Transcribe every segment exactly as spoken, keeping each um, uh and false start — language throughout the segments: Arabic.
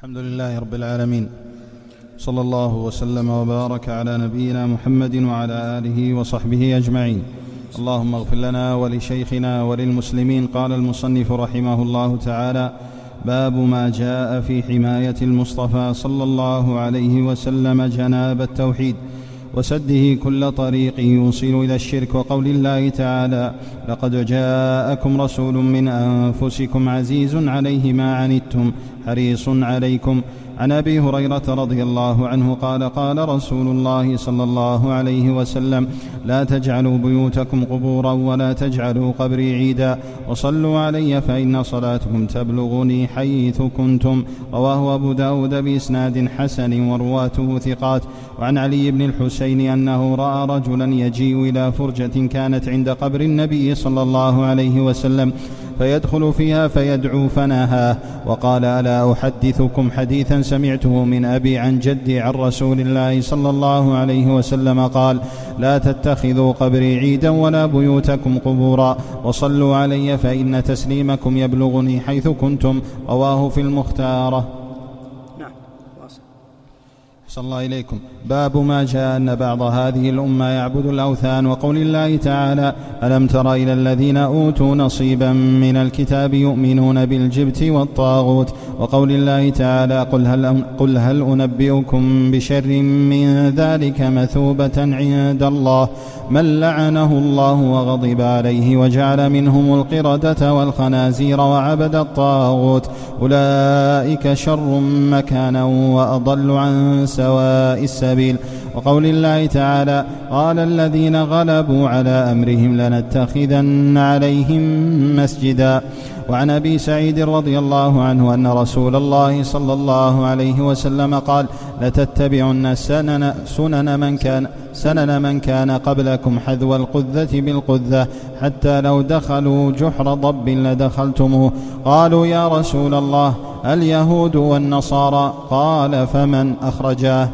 الحمد لله رب العالمين، صلى الله وسلم وبارك على نبينا محمد وعلى آله وصحبه أجمعين. اللهم اغفر لنا ولشيخنا وللمسلمين. قال المصنف رحمه الله تعالى: باب ما جاء في حماية المصطفى صلى الله عليه وسلم جناب التوحيد وسده كل طريق يوصل إلى الشرك، وقول الله تعالى: لقد جاءكم رسول من أنفسكم عزيز عليه ما عنتم حريص عليكم. عن أبي هريرة رضي الله عنه قال: قال رسول الله صلى الله عليه وسلم: لا تجعلوا بيوتكم قبورا ولا تجعلوا قبري عيدا، وصلوا علي فإن صلاتكم تبلغني حيث كنتم. رواه أبو داود بإسناد حسن ورواته ثقات. وعن علي بن الحسين أنه رأى رجلا يجيء إلى فرجة كانت عند قبر النبي صلى الله عليه وسلم فيدخل فيها فيدعو فنهاه، وقال: ألا أحدثكم حديثا سمعته من أبي عن جدي عن رسول الله صلى الله عليه وسلم قال: لا تتخذوا قبري عيدا ولا بيوتكم قبورا، وصلوا علي فإن تسليمكم يبلغني حيث كنتم. رواه في المختارة. صلى الله إليكم. باب ما جاء أن بعض هذه الأمة يعبد الأوثان، وقول الله تعالى: ألم تر إلى الذين أوتوا نصيبا من الكتاب يؤمنون بالجبت والطاغوت، وقول الله تعالى: قل هل, قل هل أنبئكم بشر من ذلك مثوبة عند الله من لعنه الله وغضب عليه وجعل منهم القردة والخنازير وعبد الطاغوت، أولئك شر مكانا وأضل عن سواء السبيل. وقول الله تعالى: قال الذين غلبوا على أمرهم لنتخذن عليهم مسجدا. وعن أبي سعيد رضي الله عنه أن رسول الله صلى الله عليه وسلم قال: لتتبعن سنن, سنن, من كان سنن من كان قبلكم حذو القذة بالقذة حتى لو دخلوا جحر ضب لدخلتموه. قالوا: يا رسول الله اليهود والنصارى؟ قال: فمن؟ أخرجاه.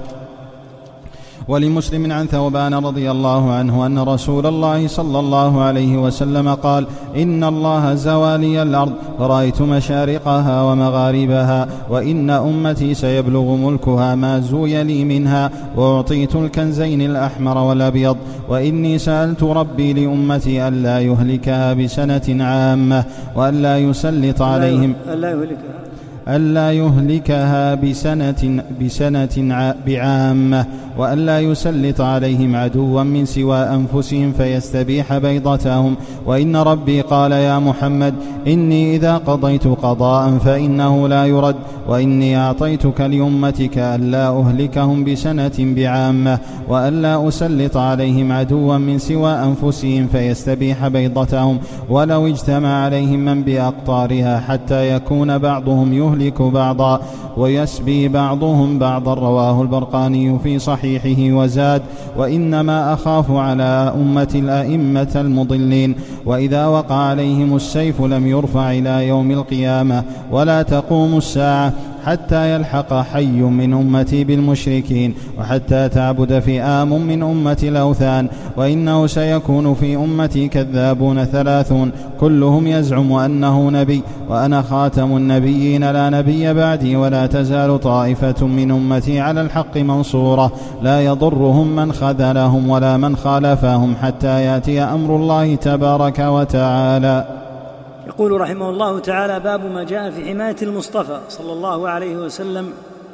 ولمسلم عن ثوبان رضي الله عنه أن رسول الله صلى الله عليه وسلم قال: إن الله زوى لي الأرض فرأيت مشارقها ومغاربها، وإن أمتي سيبلغ ملكها ما زوي لي منها، وأعطيت الكنزين الأحمر والأبيض، وإني سألت ربي لأمتي ألا يهلكها بسنة عامة وألا يسلط عليهم ألا يهلكها ألا يهلكها بسنة, بسنة بعامة وألا يسلط عليهم عدوا من سوى أنفسهم فيستبيح بيضتهم. وإن ربي قال: يا محمد إني إذا قضيت قضاء فإنه لا يرد، وإني أعطيتك لأمتك ألا أهلكهم بسنة بعامة وألا أسلط عليهم عدوا من سوى أنفسهم فيستبيح بيضتهم، ولو اجتمع عليهم من بأقطارها حتى يكون بعضهم يهلك بعضا ويسبي بعضهم بعضا. رواه البرقاني في صحيحه وزاد: وإنما أخاف على أمة الأئمة المضلين، وإذا وقع عليهم السيف لم يرفع إلى يوم القيامة ولا تقوم الساعة حتى يلحق حي من أمتي بالمشركين، وحتى تعبد فئام من أمة الأوثان. وإنه سيكون في أمتي كذابون ثلاثون كلهم يزعم أنه نبي، وأنا خاتم النبيين لا نبي بعدي، ولا تزال طائفة من أمتي على الحق منصورة لا يضرهم من خذلهم ولا من خالفهم حتى يأتي أمر الله تبارك وتعالى. يقول رحمه الله تعالى: باب ما جاء في حماية المصطفى صلى الله عليه وسلم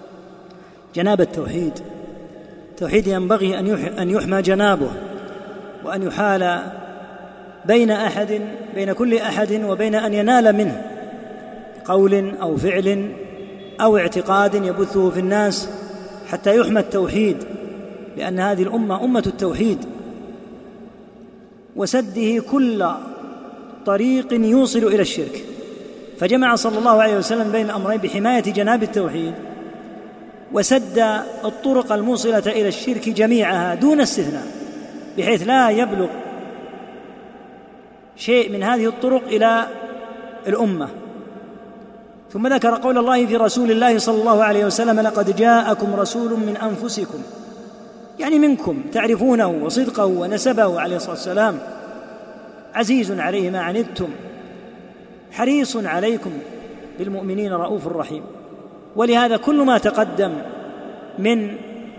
جناب التوحيد. التوحيد ينبغي أن يحمى جنابه، وأن يحال بين أحد بين كل أحد وبين أن ينال منه قول أو فعل أو اعتقاد يبثه في الناس، حتى يحمى التوحيد، لأن هذه الأمة أمة التوحيد، وسده كل طريق يوصل إلى الشرك. فجمع صلى الله عليه وسلم بين الأمرين بحماية جناب التوحيد، وسد الطرق الموصلة إلى الشرك جميعها دون استثناء، بحيث لا يبلغ شيء من هذه الطرق إلى الأمة. ثم ذكر قول الله في رسول الله صلى الله عليه وسلم: لقد جاءكم رسول من أنفسكم، يعني منكم، تعرفونه وصدقه ونسبه عليه الصلاة والسلام، عزيز عليه ما عنتم حريص عليكم بالمؤمنين رؤوف رحيم. ولهذا كل ما تقدم من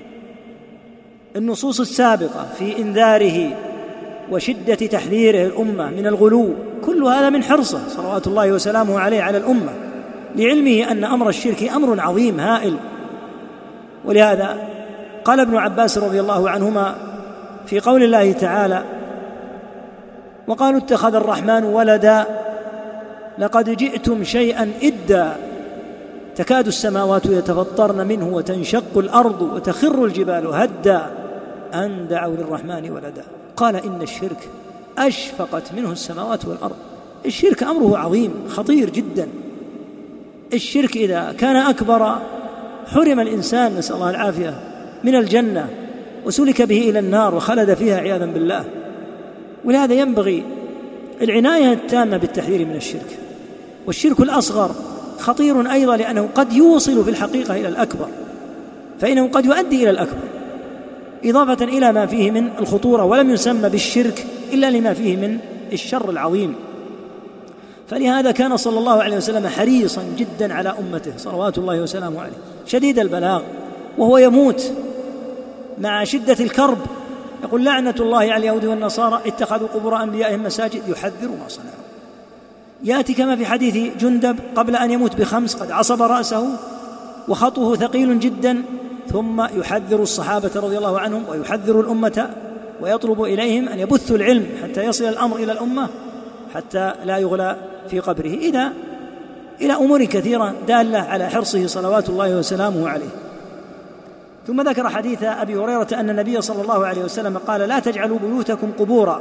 النصوص السابقة في إنذاره وشدة تحذيره الأمة من الغلو، كل هذا من حرصه صلوات الله وسلامه عليه على الأمة، لعلمه أن أمر الشرك أمر عظيم هائل. ولهذا قال ابن عباس رضي الله عنهما في قول الله تعالى: وقالوا اتخذ الرحمن ولدا لقد جئتم شيئا إدا تكاد السماوات يتفطرن منه وتنشق الأرض وتخر الجبال هدا أن دعوا للرحمن ولدا. قال إن الشرك أشفقت منه السماوات والأرض. الشرك أمره عظيم خطير جدا. الشرك إذا كان أكبر حرم الإنسان نسأل الله العافية من الجنة وسلك به إلى النار وخلد فيها عياذا بالله. ولهذا ينبغي العناية التامة بالتحذير من الشرك. والشرك الأصغر خطير أيضا، لأنه قد يوصل في الحقيقة إلى الأكبر، فإنه قد يؤدي إلى الأكبر إضافة إلى ما فيه من الخطورة، ولم يسمى بالشرك إلا لما فيه من الشر العظيم. فلهذا كان صلى الله عليه وسلم حريصا جدا على أمته صلوات الله وسلامه عليه، شديد البلاغ، وهو يموت مع شدة الكرب يقول: لعنة الله على اليهود والنصارى اتخذوا قبور أنبيائهم مساجد، يحذر ما صنعوا. يأتي كما في حديث جندب قبل أن يموت بخمس قد عصب رأسه وخطه ثقيل جدا، ثم يحذر الصحابة رضي الله عنهم ويحذر الأمة ويطلب إليهم أن يبثوا العلم حتى يصل الأمر إلى الأمة حتى لا يغلى في قبره، إذا إلى أمور كثيرة دالة على حرصه صلوات الله وسلامه عليه. ثم ذكر حديث أبي هريرة أن النبي صلى الله عليه وسلم قال: لا تجعلوا بيوتكم قبورا.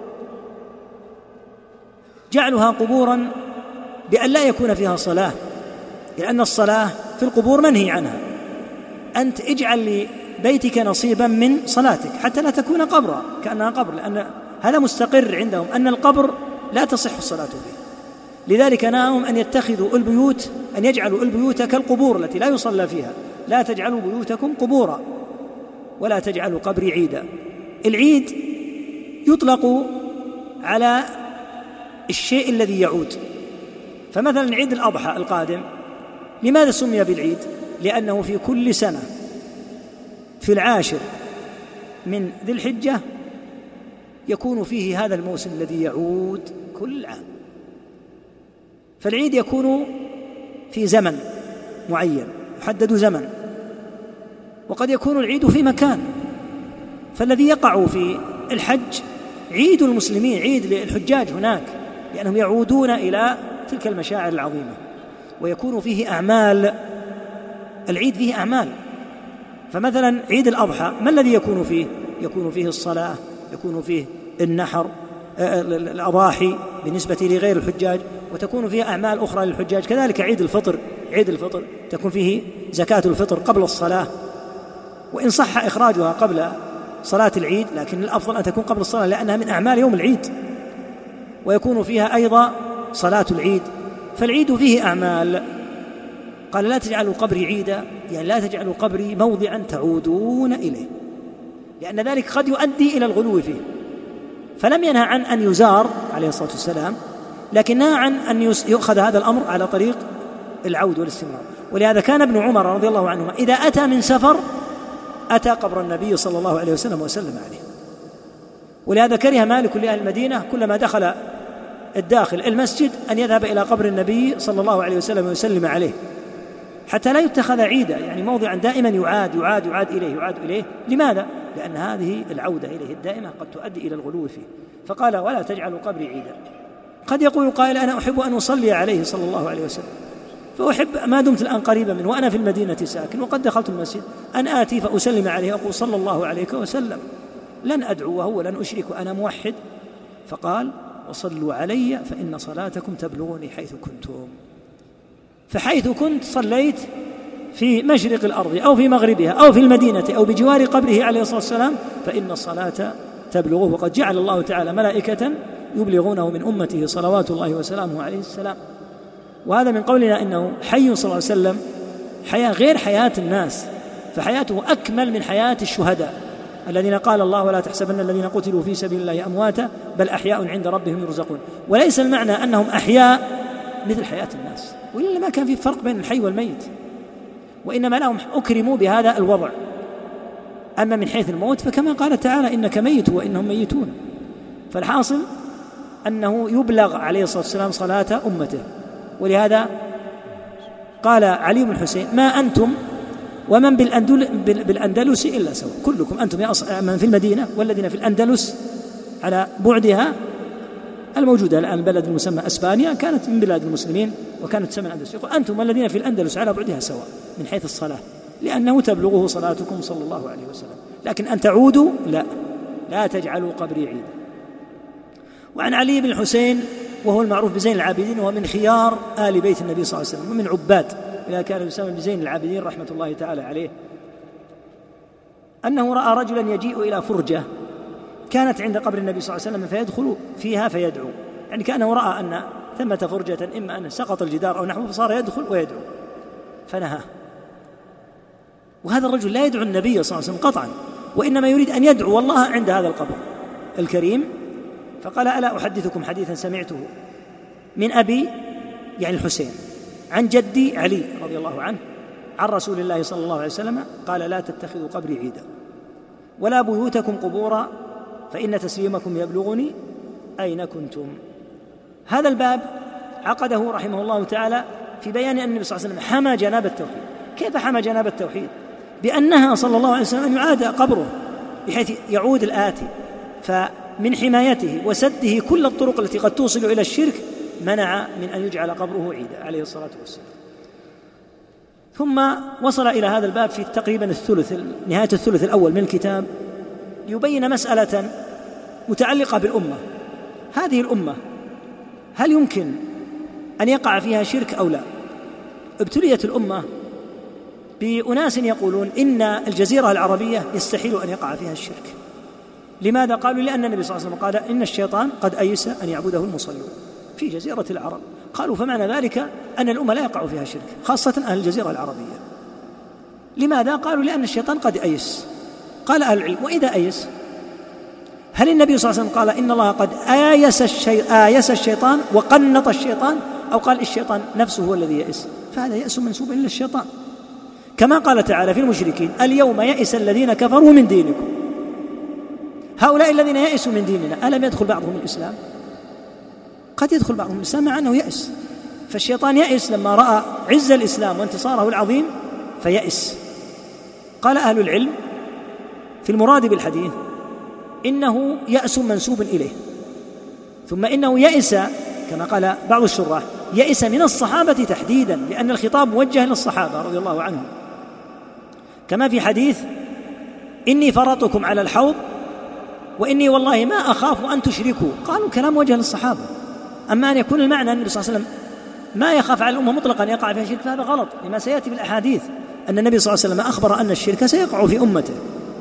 جعلها قبورا بأن لا يكون فيها صلاة، لأن الصلاة في القبور منهي عنها. أنت اجعل لبيتك نصيبا من صلاتك حتى لا تكون قبرا كأنها قبر، لأن هذا مستقر عندهم أن القبر لا تصح الصلاة فيه. لذلك نهاهم أن يتخذوا البيوت، أن يجعلوا البيوت كالقبور التي لا يصلى فيها. لا تجعلوا بيوتكم قبورا ولا تجعلوا قبري عيدا. العيد يطلق على الشيء الذي يعود. فمثلا عيد الأضحى القادم لماذا سمي بالعيد؟ لأنه في كل سنة في العاشر من ذي الحجة يكون فيه هذا الموسم الذي يعود كل عام. فالعيد يكون في زمن معين، يحدد زمن، وقد يكون العيد في مكان. فالذي يقع في الحج عيد المسلمين، عيد للحجاج هناك، لأنهم يعودون إلى تلك المشاعر العظيمة. ويكون فيه أعمال، العيد فيه أعمال. فمثلا عيد الأضحى ما الذي يكون فيه؟ يكون فيه الصلاة، يكون فيه النحر، الأضاحي بالنسبة لغير الحجاج، وتكون فيه أعمال أخرى للحجاج. كذلك عيد الفطر، عيد الفطر تكون فيه زكاة الفطر قبل الصلاة، وإن صح إخراجها قبل صلاة العيد، لكن الأفضل أن تكون قبل الصلاة لأنها من أعمال يوم العيد. ويكون فيها أيضا صلاة العيد. فالعيد فيه أعمال. قال: لا تجعلوا قبري عيدا، يعني لا تجعلوا قبري موضعا تعودون إليه، لأن ذلك قد يؤدي إلى الغلو فيه. فلم ينهى عن أن يزار عليه الصلاة والسلام، لكن نهى عن أن يؤخذ هذا الأمر على طريق العود والاستمرار. ولهذا كان ابن عمر رضي الله عنهما إذا أتى من سفر أتى قبر النبي صلى الله عليه وسلم وسلم عليه. ولهذا كره مالك لأهل المدينة كلما دخل الداخل المسجد أن يذهب إلى قبر النبي صلى الله عليه وسلم ويسلم عليه، حتى لا يتخذ عيدا، يعني موضعا دائما يعاد يعاد يعاد إليه يعاد إليه. لماذا؟ لأن هذه العودة إليه الدائمة قد تؤدي إلى الغلو فيه. فقال: ولا تجعلوا قبري عيدا. قد يقول قائل: أنا أحب أن أصلي عليه صلى الله عليه وسلم، فأحب ما دمت الآن قريبا منه وأنا في المدينة ساكن وقد دخلت المسجد أن آتي فأسلم عليه وأقول صلى الله عليك وسلم، لن أدعوه ولن أشرك وأنا موحد. فقال: وصلوا علي فإن صلاتكم تبلغني حيث كنتم. فحيث كنت صليت في مشرق الأرض أو في مغربها أو في المدينة أو بجوار قبره عليه الصلاة والسلام فإن الصلاة تبلغه. وقد جعل الله تعالى ملائكة يبلغونه من أمته صلوات الله وسلامه عليه السلام. وهذا من قولنا إنه حي صلى الله عليه وسلم حياة غير حياة الناس، فحياته أكمل من حياة الشهداء الذين قال الله: ولا تحسبن الذين قتلوا في سبيل الله أمواتا بل أحياء عند ربهم يرزقون. وليس المعنى أنهم أحياء مثل حياة الناس، وإلا ما كان في فرق بين الحي والميت. وإنما لهم أكرموا بهذا الوضع. أما من حيث الموت فكما قال تعالى إنك ميت وإنهم ميتون. فالحاصل أنه يبلغ عليه الصلاة والسلام صلاة أمته. ولهذا قال علي بن الحسين ما أنتم ومن بالأندلس إلا سواء، كلكم أنتم يا من في المدينة والذين في الأندلس على بعدها الموجودة الآن البلد المسمى أسبانيا كانت من بلاد المسلمين وكانت تسمى الأندلس، يقول أنتم والذين في الأندلس على بعدها سواء من حيث الصلاة، لأنه تبلغه صلاتكم صلى الله عليه وسلم، لكن أن تعودوا لا لا تجعلوا قبري عيدا. وعن علي بن الحسين وهو المعروف بزين العابدين وهو من خيار آل بيت النبي صلى الله عليه وسلم ومن عباد، إذا كان يسمى بزين العابدين رحمة الله تعالى عليه، أنه رأى رجلا يجيء إلى فرجة كانت عند قبر النبي صلى الله عليه وسلم فيدخل فيها فيدعو، يعني كأنه رأى أن ثمة فرجة إما أن سقط الجدار أو نحوه فصار يدخل ويدعو فنهاه. وهذا الرجل لا يدعو النبي صلى الله عليه وسلم قطعا، وإنما يريد أن يدعو الله عند هذا القبر الكريم. فقال ألا أحدثكم حديثا سمعته من أبي يعني الحسين عن جدي علي رضي الله عنه عن رسول الله صلى الله عليه وسلم قال لا تتخذوا قبري عيدا ولا بيوتكم قبورا فإن تسليمكم يبلغني أين كنتم. هذا الباب عقده رحمه الله تعالى في بيان أن النبي صلى الله عليه وسلم حمى جناب التوحيد. كيف حمى جناب التوحيد؟ بأنها صلى الله عليه وسلم أن يعاد قبره بحيث يعود الآتي، فمن حمايته وسده كل الطرق التي قد توصل إلى الشرك منع من أن يجعل قبره عيدا عليه الصلاة والسلام. ثم وصل إلى هذا الباب في تقريبا الثلث نهاية الثلث الأول من الكتاب ليبين مسألة متعلقة بالأمة. هذه الأمة هل يمكن أن يقع فيها شرك أو لا؟ ابتليت الأمة بأناس يقولون إن الجزيرة العربية يستحيل أن يقع فيها الشرك. لماذا؟ قالوا لأن النبي صلى الله عليه وسلم قال إن الشيطان قد أيس أن يعبده المصلون في جزيرة العرب. قالوا فمعنى ذلك أن الأمة لا يقع فيها شرك خاصة أهل الجزيرة العربية. لماذا؟ قالوا لأن الشيطان قد أيس. قال أهل العلم وإذا أيس هل النبي صلى الله عليه وسلم قال إن الله قد آيس, الشي... آيس الشيطان وقنط الشيطان، أو قال الشيطان نفسه هو الذي يئس؟ فهذا يأس منسوب إلى الشيطان، كما قال تعالى في المشركين اليوم يئس الذين كفروا من دينكم. هؤلاء الذين يئسوا من ديننا ألم يدخل بعضهم الإسلام؟ قد يدخل بعضهم الإسلام مع أنه يئس. فالشيطان يئس لما رأى عز الإسلام وانتصاره العظيم فيئس. قال أهل العلم في المراد بالحديث إنه يأس منسوب إليه، ثم إنه يئس كما قال بعض الشراح يئس من الصحابة تحديدا، لأن الخطاب موجه للصحابة رضي الله عنهم، كما في حديث إني فرطكم على الحوض وإني والله ما أخاف أن تشركوا. قالوا كلام وجه للصحابة. أما أن يكون المعنى أن النبي صلى الله عليه وسلم ما يخاف على الأمة مطلقا يقع فيها شرك فهذا غلط، لما سيأتي بالأحاديث أن النبي صلى الله عليه وسلم أخبر أن الشرك سيقع في أمته.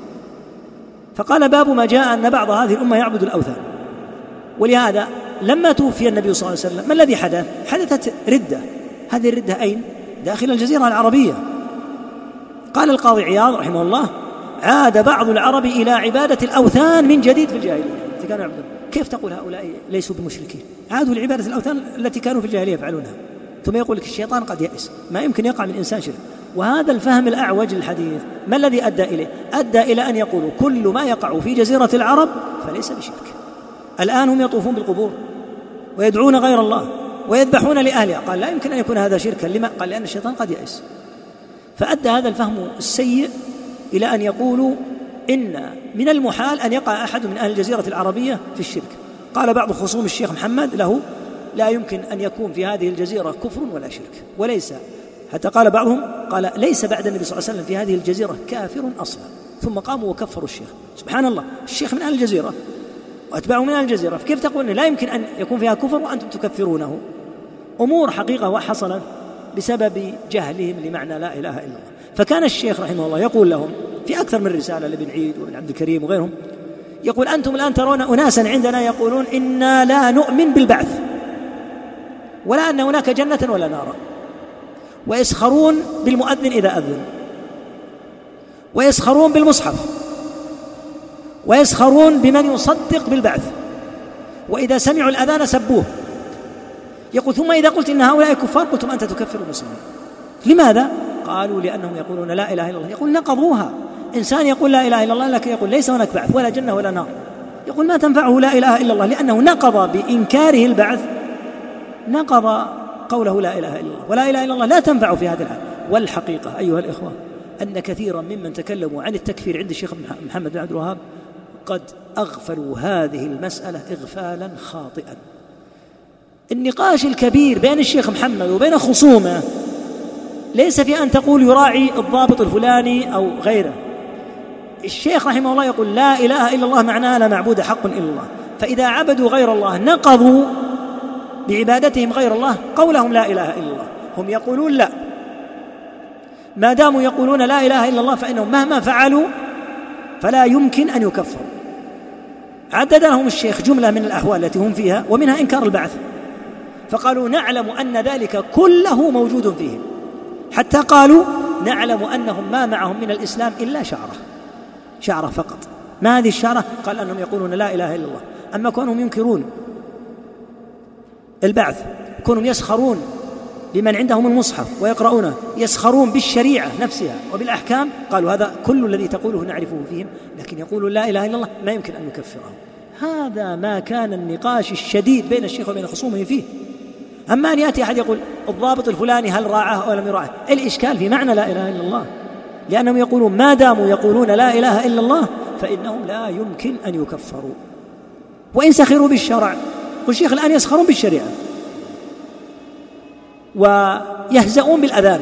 فقال باب ما جاء أن بعض هذه الأمة يعبد الأوثان. ولهذا لما توفي النبي صلى الله عليه وسلم ما الذي حدث؟ حدثت ردة. هذه الردة أين؟ داخل الجزيرة العربية. قال القاضي عياض رحمه الله عاد بعض العرب إلى عبادة الأوثان من جديد في الجاهلية التي كانوا يعبدون. كيف تقول هؤلاء ليسوا بمشركين؟ عادوا لعبادة الأوثان التي كانوا في الجاهلية يفعلونها. ثم يقول لك الشيطان قد يئس، ما يمكن يقع من إنسان شرك. وهذا الفهم الأعوج للحديث ما الذي أدى إليه؟ أدى إلى أن يقولوا كل ما يقع في جزيرة العرب فليس بشرك. الآن هم يطوفون بالقبور ويدعون غير الله ويذبحون لأهلها. قال لا يمكن أن يكون هذا شركا. لما؟ قال لأن الشيطان قد يئس. فأدى هذا الفهم السيء إلى أن يقولوا إن من المحال أن يقع أحد من أهل الجزيرة العربية في الشرك. قال بعض خصوم الشيخ محمد له لا يمكن أن يكون في هذه الجزيرة كفر ولا شرك، وليس حتى قال بعضهم قال ليس بعد النبي صلى الله عليه وسلم في هذه الجزيرة كافر أصلا. ثم قاموا وكفروا الشيخ. سبحان الله، الشيخ من أهل الجزيرة وأتباعه من أهل الجزيرة، فكيف تقول لا يمكن أن يكون فيها كفر وأنتم تكفرونه؟ أمور حقيقة وحصلت بسبب جهلهم لمعنى لا إله إلا الله. فكان الشيخ رحمه الله يقول لهم في أكثر من رسالة لابن عيد وابن عبد الكريم وغيرهم، يقول أنتم الآن ترون أناسا عندنا يقولون إنا لا نؤمن بالبعث ولا أن هناك جنة ولا نار، ويسخرون بالمؤذن إذا أذن، ويسخرون بالمصحف، ويسخرون بمن يصدق بالبعث، وإذا سمعوا الأذان سبوه. يقول ثم إذا قلت إن هؤلاء كفار قلتم أنت تكفر المسلمين. لماذا؟ قالوا لأنهم يقولون لا إله إلا الله. يقول نقضوها. إنسان يقول لا إله إلا الله لكن يقول ليس هناك بعث ولا جنة ولا نار، يقول ما تنفعه لا إله إلا الله، لأنه نقض بإنكاره البعث، نقض قوله لا إله إلا الله، ولا إله إلا الله لا تنفع في هذا الحال. والحقيقة أيها الإخوة أن كثيرا ممن تكلموا عن التكفير عند الشيخ محمد بن عبد الوهاب قد أغفلوا هذه المسألة إغفالا خاطئا. النقاش الكبير بين الشيخ محمد وبين خصومه ليس في أن تقول يراعي الضابط الفلاني أو غيره. الشيخ رحمه الله يقول لا إله إلا الله معناها لا معبود حق إلا الله، فإذا عبدوا غير الله نقضوا بعبادتهم غير الله قولهم لا إله إلا الله. هم يقولون لا، ما داموا يقولون لا إله إلا الله فإنهم مهما فعلوا فلا يمكن أن يكفروا. عدد لهم الشيخ جملة من الأحوال التي هم فيها ومنها إنكار البعث، فقالوا نعلم أن ذلك كله موجود فيهم، حتى قالوا نعلم أنهم ما معهم من الإسلام إلا شعرة، شعرة فقط. ما هذه الشعرة؟ قال أنهم يقولون لا إله إلا الله. أما كونهم ينكرون البعث، كونهم يسخرون بمن عندهم المصحف ويقرؤونه، يسخرون بالشريعة نفسها وبالأحكام، قالوا هذا كل الذي تقوله نعرفه فيهم، لكن يقولون لا إله إلا الله ما يمكن أن نكفرهم. هذا ما كان النقاش الشديد بين الشيخ وبين خصومه فيه. أما أن يأتي أحد يقول الضابط الفلاني هل راعه أو لم يراعه، الإشكال في معنى لا إله إلا الله، لأنهم يقولون ما داموا يقولون لا إله إلا الله فإنهم لا يمكن أن يكفروا. وإن سخروا بالشرع، والشيخ الآن يسخرون بالشريعة ويهزؤون بالأذان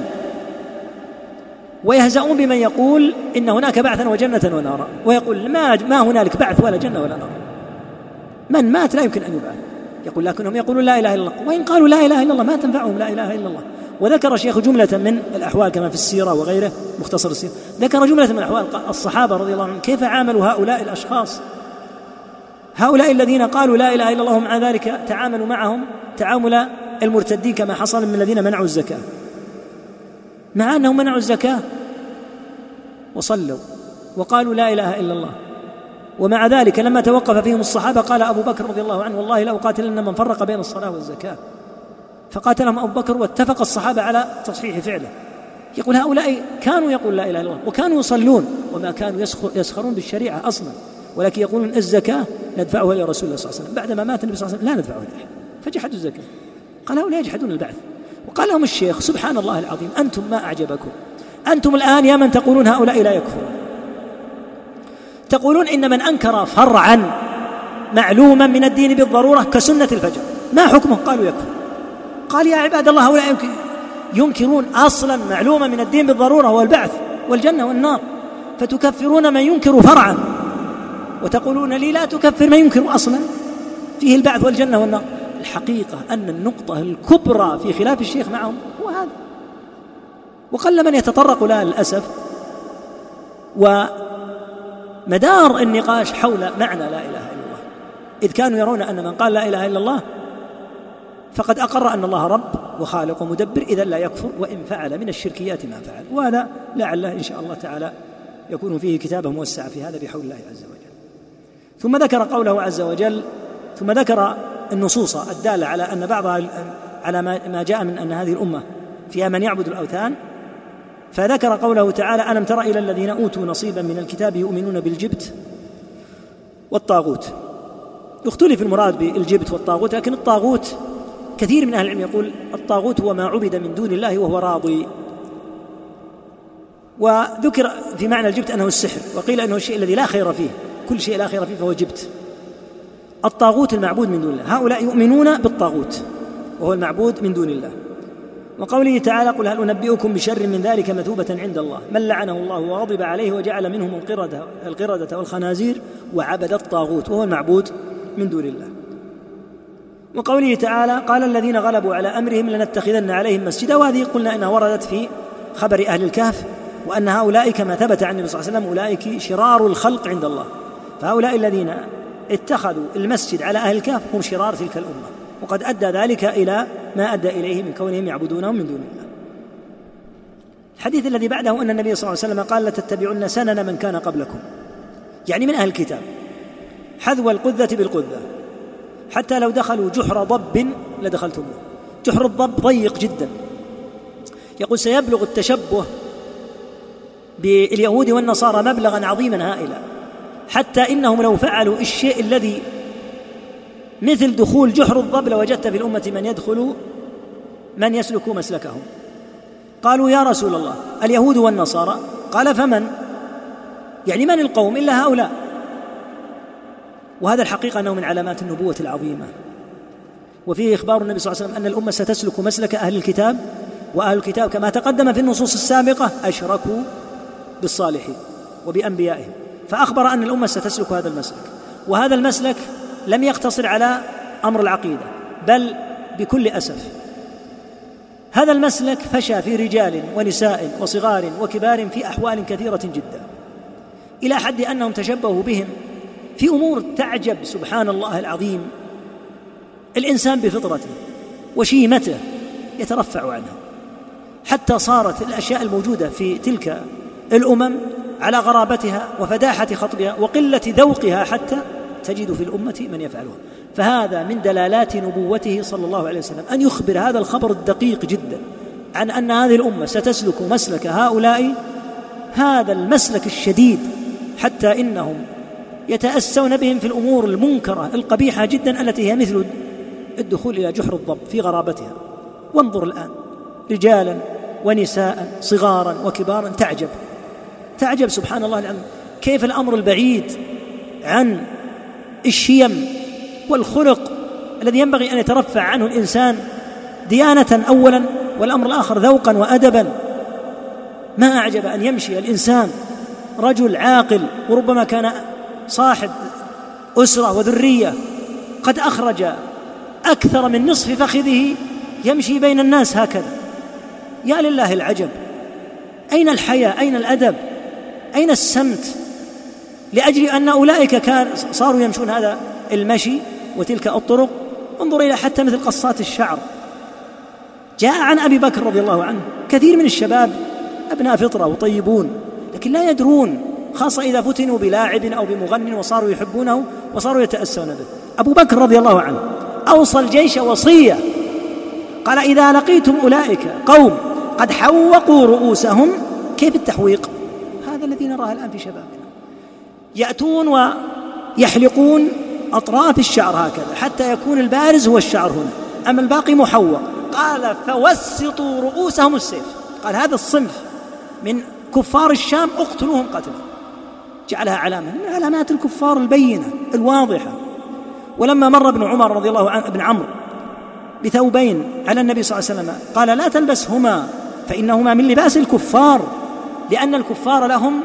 ويهزؤون بمن يقول إن هناك بعثا وجنة ونارا، ويقول ما, ما هنالك بعث ولا جنة ولا نار، من مات لا يمكن أن يبعث. يقول لكنهم يقولون لا إله إلا الله، وإن قالوا لا إله إلا الله ما تنفعهم لا إله إلا الله. وذكر الشيخ جملة من الأحوال كما في السيرة وغيره، مختصر السيرة، ذكر جملة من الأحوال الصحابة رضي الله عنهم كيف عاملوا هؤلاء الأشخاص، هؤلاء الذين قالوا لا إله إلا الله، مع ذلك تعاملوا معهم تعامل المرتدين كما حصل من الذين منعوا الزكاة، مع أنهم منعوا الزكاة وصلوا وقالوا لا إله إلا الله، ومع ذلك لما توقف فيهم الصحابة قال أبو بكر رضي الله عنه والله لا أقاتلن من فرق بين الصلاة والزكاة، فقاتلهم أبو بكر واتفق الصحابة على تصحيح فعله. يقول هؤلاء كانوا يقول لا إله إلا الله وكانوا يصلون وما كانوا يسخرون بالشريعة أصلا، ولكن يقولون الزكاة ندفعها إلى رسول الله صلى الله عليه وسلم، بعدما مات النبي صلى الله عليه وسلم لا ندفعها إليه، فجحدوا الزكاة. قال هؤلاء يجحدون البعث. وقال لهم الشيخ سبحان الله العظيم أنتم ما أعجبكم، أنتم الآن يا من تقولون هؤلاء لا يكفرون تقولون إن من أنكر فرعا معلوما من الدين بالضرورة كسنة الفجر ما حكمه؟ قالوا يكفر. قال يا عباد الله هؤلاء ينكرون أصلا معلوما من الدين بالضرورة هو البعث والجنة والنار، فتكفرون من ينكر فرعا وتقولون لي لا تكفر من ينكر أصلا فيه البعث والجنة والنار. الحقيقة أن النقطة الكبرى في خلاف الشيخ معهم هو هذا، وقل من يتطرق لها للأسف. ومدار النقاش حول معنى لا إله إلا الله، إذ كانوا يرون أن من قال لا إله إلا الله فقد أقر أن الله رب وخالق ومدبر، إذن لا يكفر وإن فعل من الشركيات ما فعل. وهذا لعله إن شاء الله تعالى يكون فيه كتابة موسعة في هذا بحول الله عز وجل. ثم ذكر قوله عز وجل، ثم ذكر النصوص الدالة على أن بعضها على ما جاء من أن هذه الأمة فيها من يعبد الأوثان، فذكر قوله تعالى ألم تر إلى الذين أوتوا نصيبا من الكتاب يؤمنون بالجبت والطاغوت. يختلف المراد بالجبت والطاغوت، لكن الطاغوت كثير من أهل العلم يقول الطاغوت هو ما عبد من دون الله وهو راضي، وذكر في معنى الجبت أنه السحر، وقيل أنه الشيء الذي لا خير فيه، كل شيء لا خير فيه فهو جبت. الطاغوت المعبود من دون الله، هؤلاء يؤمنون بالطاغوت وهو المعبود من دون الله. وقوله تعالى قل هل أنبئكم بشر من ذلك مثوبة عند الله من لعنه الله وغضب عليه وجعل منهم القردة, القردة والخنازير وعبد الطاغوت وهو المعبود من دون الله. وقوله تعالى قال الذين غلبوا على أمرهم لنتخذن عليهم مسجدا، وهذه قلنا إنها وردت في خبر أهل الكهف، وأن هؤلاء كما ثبت عن النبي صلى الله عليه وسلم أولئك شرار الخلق عند الله، فهؤلاء الذين اتخذوا المسجد على أهل الكهف هم شرار تلك الأمة، وقد أدى ذلك إلى ما أدى إليه من كونهم يعبدونهم من دون الله. الحديث الذي بعده أن النبي صلى الله عليه وسلم قال لتتبعن سنن من كان قبلكم، يعني من أهل الكتاب، حذو القذة بالقذة، حتى لو دخلوا جحر ضب لدخلتموه. جحر الضب ضيق جدا، يقول سيبلغ التشبه باليهود والنصارى مبلغا عظيما هائلا، حتى إنهم لو فعلوا الشيء الذي مثل دخول جحر الضب لوجدت في الأمة من يدخل من يسلك مسلكهم. قالوا يا رسول الله اليهود والنصارى، قال فمن؟ يعني من القوم إلا هؤلاء. وهذا الحقيقة أنه من علامات النبوة العظيمة. وفيه إخبار النبي صلى الله عليه وسلم أن الأمة ستسلك مسلك أهل الكتاب، وأهل الكتاب كما تقدم في النصوص السابقة أشركوا بالصالحين وبأنبيائهم، فأخبر أن الأمة ستسلك هذا المسلك. وهذا المسلك لم يقتصر على أمر العقيدة، بل بكل أسف هذا المسلك فشى في رجال ونساء وصغار وكبار في أحوال كثيرة جدا، إلى حد أنهم تشبهوا بهم في أمور تعجب سبحان الله العظيم. الإنسان بفطرته وشيمته يترفع عنها، حتى صارت الأشياء الموجودة في تلك الأمم على غرابتها وفداحة خطبها وقلة ذوقها حتى تجد في الأمة من يفعلها. فهذا من دلالات نبوته صلى الله عليه وسلم أن يخبر هذا الخبر الدقيق جدا عن أن هذه الأمة ستسلك مسلك هؤلاء، هذا المسلك الشديد، حتى إنهم يتأسون بهم في الأمور المنكرة القبيحة جدا التي هي مثل الدخول إلى جحر الضب في غرابتها. وانظر الآن رجالا ونساء صغارا وكبارا، تعجب تعجب سبحان الله العظيم كيف الأمر البعيد عن الشيم والخلق الذي ينبغي أن يترفع عنه الإنسان ديانة أولا، والأمر الآخر ذوقا وأدبا. ما أعجب أن يمشي الإنسان رجل عاقل وربما كان صاحب أسرة وذرية قد أخرج أكثر من نصف فخذه يمشي بين الناس هكذا. يا لله العجب، أين الحياء؟ أين الأدب؟ أين السمت؟ لأجل أن أولئك كان صاروا يمشون هذا المشي وتلك الطرق. انظر إلى حتى مثل قصات الشعر. جاء عن أبي بكر رضي الله عنه كثير من الشباب أبناء فطرة وطيبون، لكن لا يدرون، خاصة إذا فتنوا بلاعب أو بمغن وصاروا يحبونه وصاروا يتأسون به. أبو بكر رضي الله عنه أوصى الجيش وصية، قال إذا لقيتم أولئك قوم قد حوقوا رؤوسهم. كيف التحويق؟ هذا الذي نراه الآن في شبابنا، يأتون ويحلقون أطراف الشعر هكذا حتى يكون البارز هو الشعر هنا، أما الباقي محوق. قال فوسطوا رؤوسهم السيف. قال هذا الصنف من كفار الشام اقتلوهم قتلا، جعلها علامة من علامات الكفار البينة الواضحة. ولما مر ابن عمر رضي الله عنه ابن عمرو بثوبين على النبي صلى الله عليه وسلم قال لا تلبسهما فإنهما من لباس الكفار، لأن الكفار لهم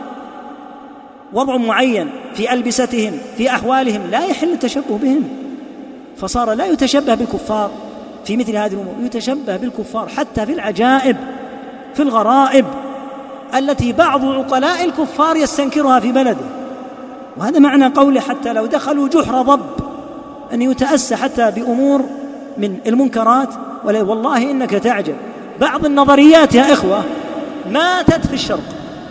وضع معين في ألبستهم في أحوالهم لا يحل التشبه بهم، فصار لا يتشبه بالكفار في مثل هذه الأمور، يتشبه بالكفار حتى في العجائب في الغرائب التي بعض عقلاء الكفار يستنكرها في بلده. وهذا معنى قوله حتى لو دخلوا جحر ضب، أن يتأسى حتى بأمور من المنكرات. والله إنك تعجب، بعض النظريات يا إخوة ماتت في الشرق،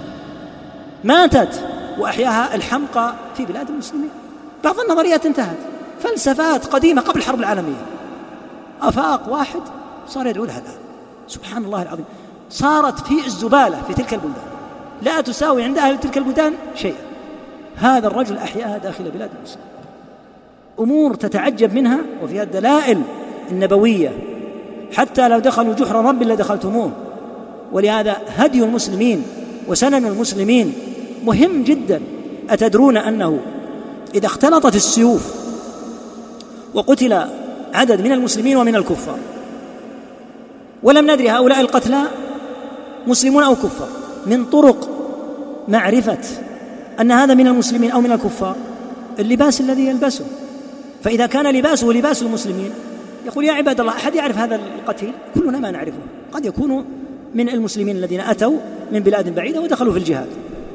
ماتت وأحياها الحمقى في بلاد المسلمين. بعض النظريات انتهت، فلسفات قديمة قبل الحرب العالمية، أفاق واحد صار يدعو لها الآن سبحان الله العظيم، صارت في الزبالة في تلك البلدان، لا تساوي عند أهل تلك البلدان شيء. هذا الرجل أحياها داخل بلاد المسلمين، أمور تتعجب منها، وفيها الدلائل النبوية حتى لو دخلوا جحر رب لدخلتموه. ولهذا هدي المسلمين وسنن المسلمين مهم جدا. أتدرون أنه إذا اختلطت السيوف وقتل عدد من المسلمين ومن الكفار ولم ندري هؤلاء القتلى مسلمون أو كفار، من طرق معرفة أن هذا من المسلمين أو من الكفار اللباس الذي يلبسه. فإذا كان لباسه لباس المسلمين يقول يا عباد الله أحد يعرف هذا القتيل؟ كلنا ما نعرفه، قد يكون من المسلمين الذين أتوا من بلاد بعيدة ودخلوا في الجهاد،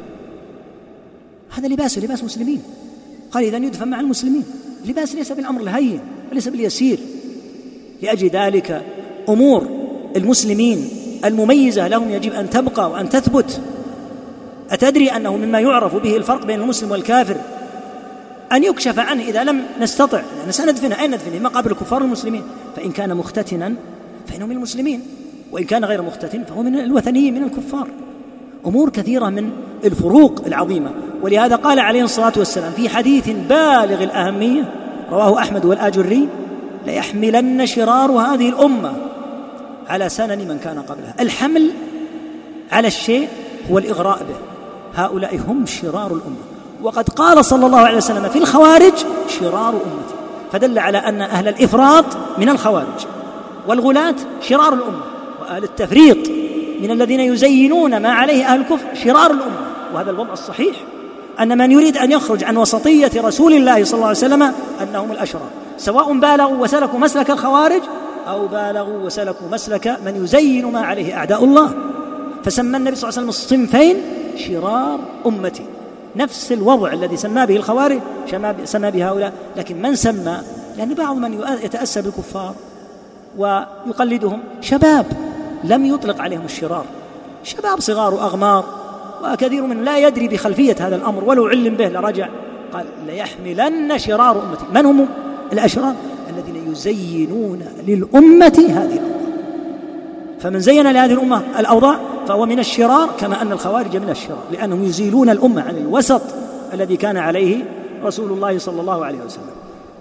هذا لباسه لباس مسلمين، قال إذن يدفن مع المسلمين. لباس ليس بالأمر الهين وليس باليسير. لأجل ذلك أمور المسلمين المميزة لهم يجب أن تبقى وأن تثبت. أتدري أنه مما يعرف به الفرق بين المسلم والكافر أن يكشف عنه إذا لم نستطع، يعني سندفنه أين ندفنه؟ مقابر الكفار المسلمين، فإن كان مختتنا فإنه من المسلمين، وإن كان غير مختتن فهو من الوثنيين من الكفار. أمور كثيرة من الفروق العظيمة. ولهذا قال عليه الصلاة والسلام في حديث بالغ الأهمية رواه أحمد والآجري: ليحملن شرار هذه الأمة على سنن من كان قبلها. الحمل على الشيء هو الإغراء به، هؤلاء هم شرار الأمة. وقد قال صلى الله عليه وسلم في الخوارج: شرار أمتي، فدل على أن أهل الإفراط من الخوارج، والغلاة شرار الأمة، وأهل التفريط من الذين يزينون ما عليه أهل الكفر شرار الأمة. وهذا الوضع الصحيح، أن من يريد أن يخرج عن وسطية رسول الله صلى الله عليه وسلم أنهم الأشرار، سواء بالغوا وسلكوا مسلك الخوارج أو بالغوا وسلكوا مسلك من يزين ما عليه أعداء الله. فسمى النبي صلى الله عليه وسلم الصنفين شرار أمتي، نفس الوضع الذي سمى به الخوارج سمى به هؤلاء. لكن من سمى، يعني بعض من يتأسى بالكفار ويقلدهم شباب لم يطلق عليهم الشرار، شباب صغار وأغمار، وكثير من لا يدري بخلفية هذا الأمر، ولو علم به لرجع. قال: ليحملن شرار أمتي. من هم الأشرار؟ الذين يزينون للأمة هذه الأوضاع. فمن زين لهذه الأمة الأوضاع فهو من الشرار، كما أن الخوارج من الشرار، لأنهم يزيلون الأمة عن الوسط الذي كان عليه رسول الله صلى الله عليه وسلم.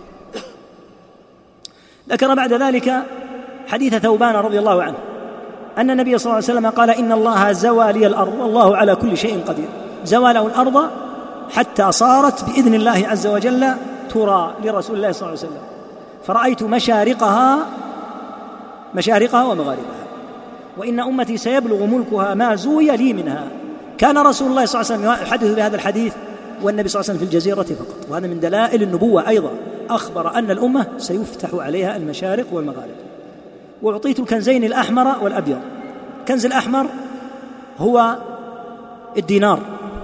ذكر بعد ذلك حديث ثوبان رضي الله عنه أن النبي صلى الله عليه وسلم قال: إن الله زوى لي الأرض والله على كل شيء قدير. زوى له الأرض حتى صارت بإذن الله عز وجل ترى لرسول الله صلى الله عليه وسلم، فرأيت مشارقها مشارقها ومغاربها، وإن أمتي سيبلغ ملكها ما زوي لي منها. كان رسول الله صلى الله عليه وسلم يحدث بهذا الحديث والنبي صلى الله عليه وسلم في الجزيرة فقط، وهذا من دلائل النبوة أيضا. أخبر أن الأمة سيفتح عليها المشارق والمغارب. وأعطيت الكنزين الأحمر والأبيض. الكنز الأحمر هو الدينار،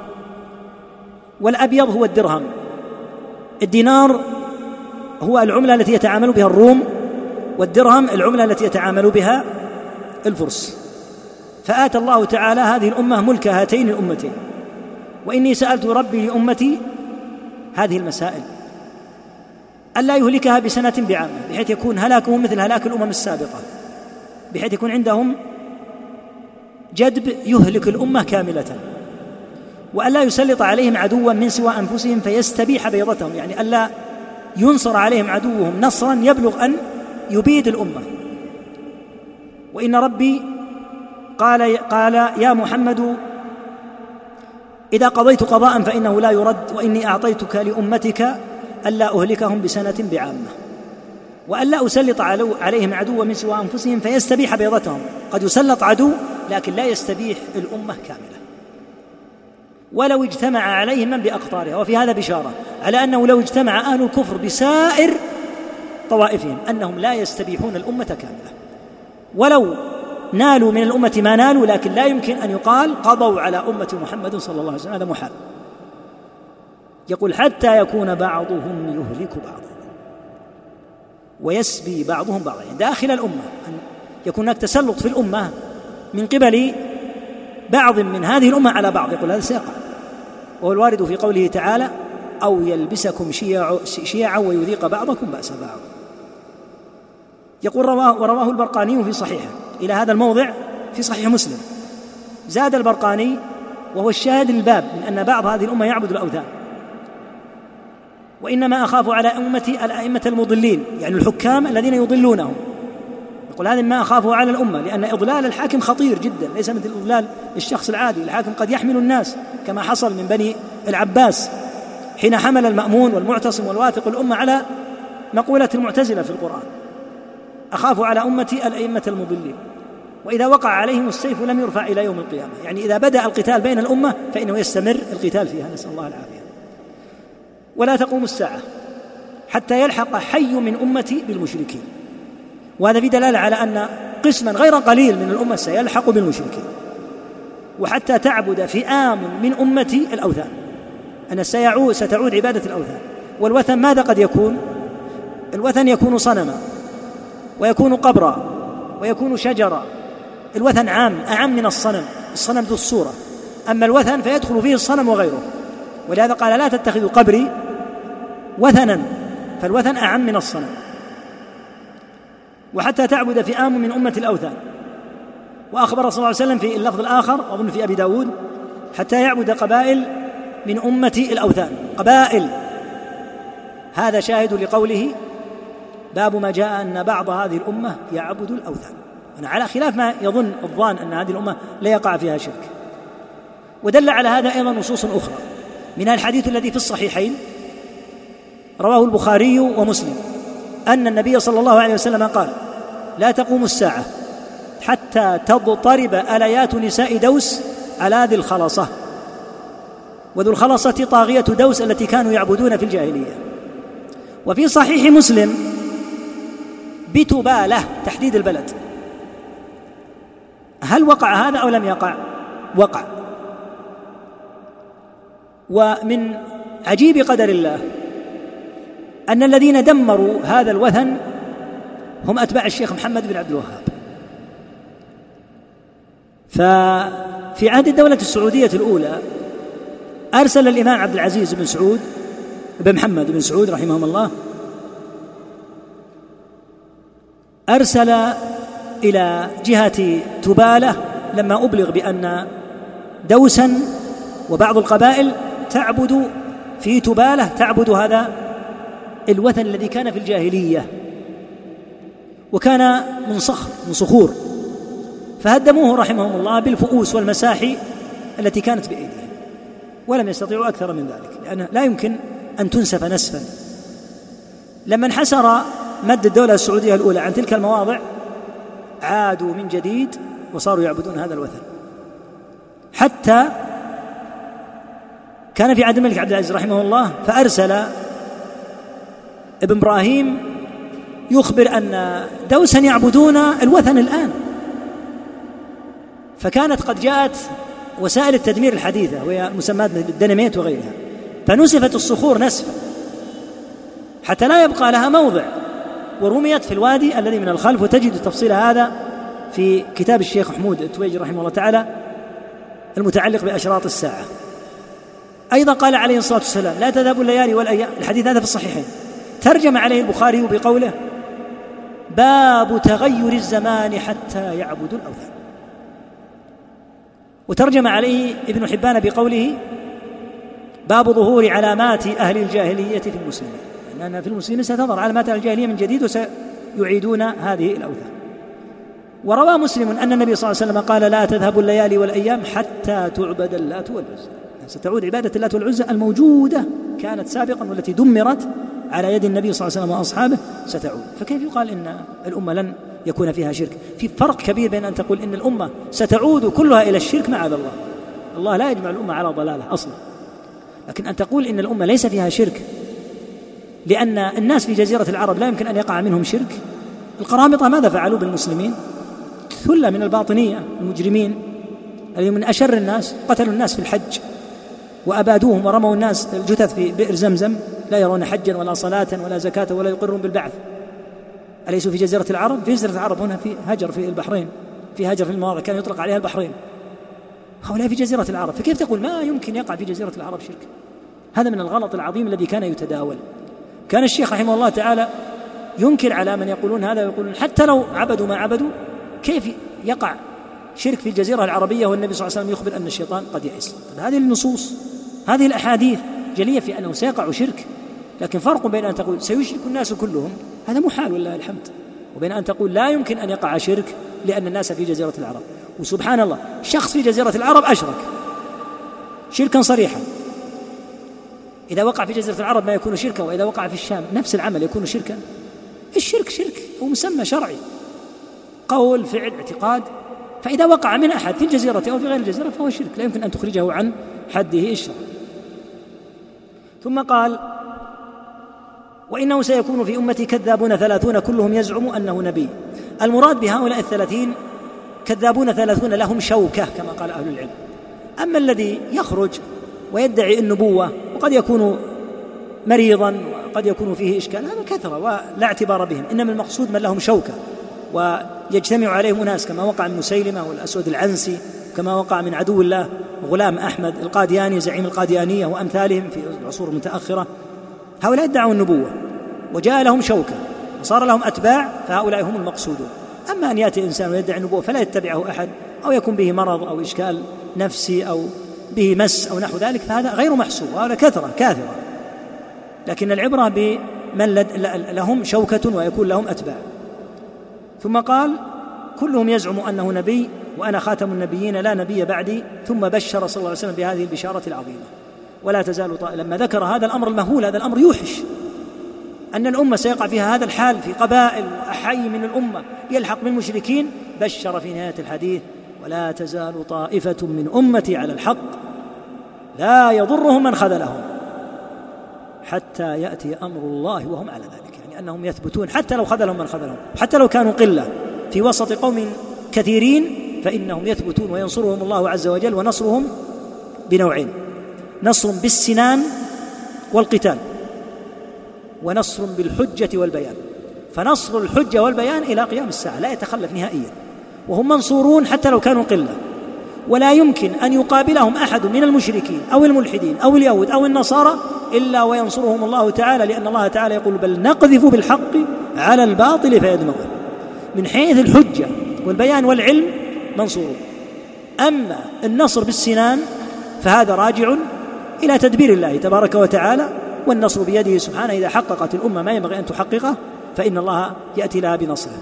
والأبيض هو الدرهم. الدينار هو العملة التي يتعامل بها الروم، والدرهم العملة التي يتعامل بها الفرس. فآتى الله تعالى هذه الأمة ملك هاتين الأمتين. وإني سألت ربي لأمتي هذه المسائل ألا يهلكها بسنة بعامة، بحيث يكون هلاكهم مثل هلاك الأمم السابقة، بحيث يكون عندهم جدب يهلك الأمة كاملة، وألا يسلط عليهم عدوا من سوى أنفسهم فيستبيح بيضتهم، يعني ألا ينصر عليهم عدوهم نصرا يبلغ أن يبيد الأمة. وإن ربي قال, قال يا محمد إذا قضيت قضاء فإنه لا يرد، وإني أعطيتك لأمتك ألا أهلكهم بسنة بعامة، وألا أسلط عليهم عدوا من سوى أنفسهم فيستبيح بيضتهم. قد يسلط عدو لكن لا يستبيح الأمة كاملة، ولو اجتمع عليهم من بأقطارها. وفي هذا بشارة على أنه لو اجتمع أهل الكفر بسائر طوائفهم أنهم لا يستبيحون الأمة كاملة، ولو نالوا من الأمة ما نالوا، لكن لا يمكن أن يقال قضوا على أمة محمد صلى الله عليه وسلم، هذا محال. يقول حتى يكون بعضهم يهلك بعضا ويسبي بعضهم بعضا، يعني داخل الأمة أن يكون هناك تسلط في الأمة من قبل بعض من هذه الأمة على بعض. يقول هذا سيقع، وهو الوارد في قوله تعالى أو يلبسكم شيعا ويذيق بعضكم بأس بعض. يقول رواه ورواه البرقاني في صحيحه إلى هذا الموضع في صحيح مسلم. زاد البرقاني وهو الشاهد للباب من أن بعض هذه الأمة يعبد الأوثان، وإنما أخاف على أمتي الأئمة المضلين، يعني الحكام الذين يضلونهم. يقول هذا ما أخافه على الأمة، لأن إضلال الحاكم خطير جدا، ليس مثل إضلال الشخص العادي. الحاكم قد يحمل الناس كما حصل من بني العباس حين حمل المأمون والمعتصم والواثق الأمة على مقولة المعتزلة في القرآن. أخاف على أمتي الأئمة المضلين، وإذا وقع عليهم السيف لم يرفع إلى يوم القيامة، يعني إذا بدأ القتال بين الأمة فإنه يستمر القتال فيها، نسأل الله العافية. ولا تقوم الساعة حتى يلحق حي من أمتي بالمشركين، وهذا في دلالة على أن قسما غير قليل من الأمة سيلحق بالمشركين، وحتى تعبد فئام من أمتي الأوثان، أن ستعود عبادة الأوثان. والوثن ماذا قد يكون؟ الوثن يكون صنما، ويكون قبرا، ويكون شجرا. الوثن عام أعم من الصنم، الصنم ذو الصورة، أما الوثن فيدخل فيه الصنم وغيره. ولهذا قال لا تتخذوا قبري وثنا، فالوثن أعم من الصنم. وحتى تعبد فئام من أمة الأوثان، وأخبر صلى الله عليه وسلم في اللفظ الآخر أظن في أبي داود حتى يعبد قبائل من أمتي الأوثان، قبائل. هذا شاهد لقوله باب ما جاء أن بعض هذه الأمة يعبد الأوثان، أنا على خلاف ما يظن الظان أن هذه الأمة لا يقع فيها شرك. ودل على هذا أيضا نصوص أخرى، من الحديث الذي في الصحيحين رواه البخاري ومسلم أن النبي صلى الله عليه وسلم قال: لا تقوم الساعة حتى تضطرب أليات نساء دوس على ذي الخلصة. وذو الخلصة طاغية دوس التي كانوا يعبدون في الجاهلية. وفي صحيح مسلم بتبالة تحديد البلد. هل وقع هذا أو لم يقع؟ وقع. ومن عجيب قدر الله أن الذين دمروا هذا الوثن هم أتباع الشيخ محمد بن عبد الوهاب. ففي عهد الدولة السعودية الأولى أرسل الإمام عبد العزيز بن سعود بن محمد بن سعود رحمهم الله، أرسل إلى جهة تبالة لما أبلغ بأن دوسا وبعض القبائل تعبد في تبالة تعبد هذا الوثن الذي كان في الجاهلية، وكان من صخر من صخور، فهدموه رحمهم الله بالفؤوس والمساحي التي كانت بأيديهم، ولم يستطيعوا أكثر من ذلك، لأنه لا يمكن أن تنسف نسفا. لما انحسر مد الدولة السعودية الأولى عن تلك المواضع عادوا من جديد وصاروا يعبدون هذا الوثن، حتى كان في عهد الملك عبد العزيز رحمه الله فأرسل ابن إبراهيم يخبر أن دوسا يعبدون الوثن الآن. فكانت قد جاءت وسائل التدمير الحديثة وهي المسمات بالديناميت وغيرها، فنسفت الصخور نسفا حتى لا يبقى لها موضع، ورميت في الوادي الذي من الخلف. وتجد تفصيل هذا في كتاب الشيخ محمود التويجري رحمه الله تعالى المتعلق بأشراط الساعة. أيضا قال عليه الصلاة والسلام: لا تذهب الليالي والأيام، الحديث هذا في الصحيحين، ترجم عليه البخاري بقوله: باب تغير الزمان حتى يعبدوا الأوثان. وترجم عليه ابن حبان بقوله: باب ظهور علامات أهل الجاهلية في المسلمين، لأن في المسلمين ستظهر علامات أهل الجاهلية من جديد وسيعيدون هذه الأوثان. وروى مسلم أن النبي صلى الله عليه وسلم قال: لا تذهب الليالي والأيام حتى تعبد اللات والعزى، ستعود عبادة اللات والعزى الموجودة كانت سابقا والتي دمرت على يد النبي صلى الله عليه وسلم وأصحابه ستعود. فكيف يقال إن الأمة لن يكون فيها شرك؟ في فرق كبير بين أن تقول إن الأمة ستعود كلها إلى الشرك معاذ الله، الله لا يجمع الأمة على ضلالة أصلا، لكن أن تقول إن الأمة ليس فيها شرك لأن الناس في جزيرة العرب لا يمكن أن يقع منهم شرك. القرامطة ماذا فعلوا بالمسلمين؟ ثلة من الباطنية المجرمين الذين من أشر الناس قتلوا الناس في الحج وأبادوهم ورموا الناس الجثث في بئر زمزم، لا يرون حجا ولا صلاة ولا زكاة ولا يقرون بالبعث. أليسوا في جزيرة العرب؟ في جزيرة العرب هنا في هجر في البحرين، في هجر في المواضع كان يطلق عليها البحرين، هؤلاء في جزيرة العرب. فكيف تقول ما يمكن يقع في جزيرة العرب شرك؟ هذا من الغلط العظيم الذي كان يتداول. كان الشيخ رحمه الله تعالى ينكر على من يقولون هذا ويقولون حتى لو عبدوا ما عبدوا كيف يقع شرك في الجزيرة العربية والنبي صلى الله عليه وسلم يخبر أن الشيطان قد يئس؟ هذه النصوص هذه الأحاديث جلية في أنه سيقع شرك، لكن فرق بين أن تقول سيشرك الناس كلهم، هذا محال والله الحمد، وبين أن تقول لا يمكن أن يقع شرك لأن الناس في جزيرة العرب. وسبحان الله شخص في جزيرة العرب أشرك شركا صريحا، إذا وقع في جزيرة العرب ما يكون شركا، وإذا وقع في الشام نفس العمل يكون شركا. الشرك شرك هو مسمى شرعي، قول فعل اعتقاد، فإذا وقع من أحد في الجزيرة أو في غير الجزيرة فهو شرك، لا يمكن أن تخرجه عن حده الشرع. ثم قال: وإنه سيكون في أمتي كذابون ثلاثون كلهم يزعم أنه نبي. المراد بهؤلاء الثلاثين كذابون ثلاثون لهم شوكة كما قال أهل العلم. أما الذي يخرج ويدعي النبوة وقد يكون مريضا وقد يكون فيه إشكال هذا كثرة ولا اعتبار بهم، إنما المقصود من لهم شوكة ويجتمع عليهم ناس كما وقع من مسيلمة والأسود العنسي، كما وقع من عدو الله غلام أحمد القادياني زعيم القاديانية وأمثالهم في العصور المتأخرة. هؤلاء ادعوا النبوة وجاء لهم شوكة وصار لهم أتباع، فهؤلاء هم المقصودون. أما أن يأتي إنسان ويدعي النبوة فلا يتبعه أحد أو يكون به مرض أو إشكال نفسي أو به مس أو نحو ذلك فهذا غير محسوب، وهذا كثرة كاثرة. لكن العبرة بمن لهم شوكة ويكون لهم أتباع. ثم قال كلهم يزعم أنه نبي وأنا خاتم النبيين لا نبي بعدي، ثم بشر صلى الله عليه وسلم بهذه البشارة العظيمة. ولا تزال طائفة، لما ذكر هذا الأمر المهول، هذا الأمر يوحش أن الأمة سيقع فيها هذا الحال في قبائل وأحي من الأمة يلحق بالمشركين، بشر في نهاية الحديث ولا تزال طائفة من أمتي على الحق لا يضرهم من خذلهم حتى يأتي أمر الله وهم على ذلك، يعني أنهم يثبتون حتى لو خذلهم من خذلهم، حتى لو كانوا قلة في وسط قوم كثيرين فإنهم يثبتون وينصرهم الله عز وجل. ونصرهم بنوعين: نصر بالسنان والقتال، ونصر بالحجة والبيان. فنصر الحجة والبيان إلى قيام الساعة لا يتخلف نهائيا، وهم منصورون حتى لو كانوا قلة، ولا يمكن أن يقابلهم أحد من المشركين أو الملحدين أو اليهود أو النصارى إلا وينصرهم الله تعالى، لأن الله تعالى يقول بل نقذف بالحق على الباطل فيدمغه. من حيث الحجة والبيان والعلم منصورون. أما النصر بالسنان فهذا راجع إلى تدبير الله تبارك وتعالى، والنصر بيده سبحانه. إذا حققت الأمة ما ينبغي أن تحققه فإن الله يأتي لها بنصره.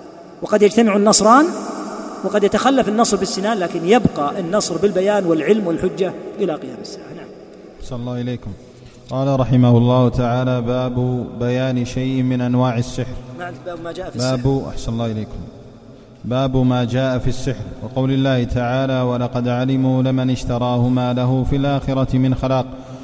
وقد يجتمع النصران وقد يتخلف النصر بالسنان، لكن يبقى النصر بالبيان والعلم والحجة إلى قيام الساعة. نعم. صلى الله إليكم. قال رحمه الله تعالى: باب بيان شيء من أنواع السحر. باب ما جاء في السحر. باب أحسن الله إليكم. باب ما جاء في السحر، وقول الله تعالى: ولقد علموا لمن اشتراه ما له في الآخرة من خلاق.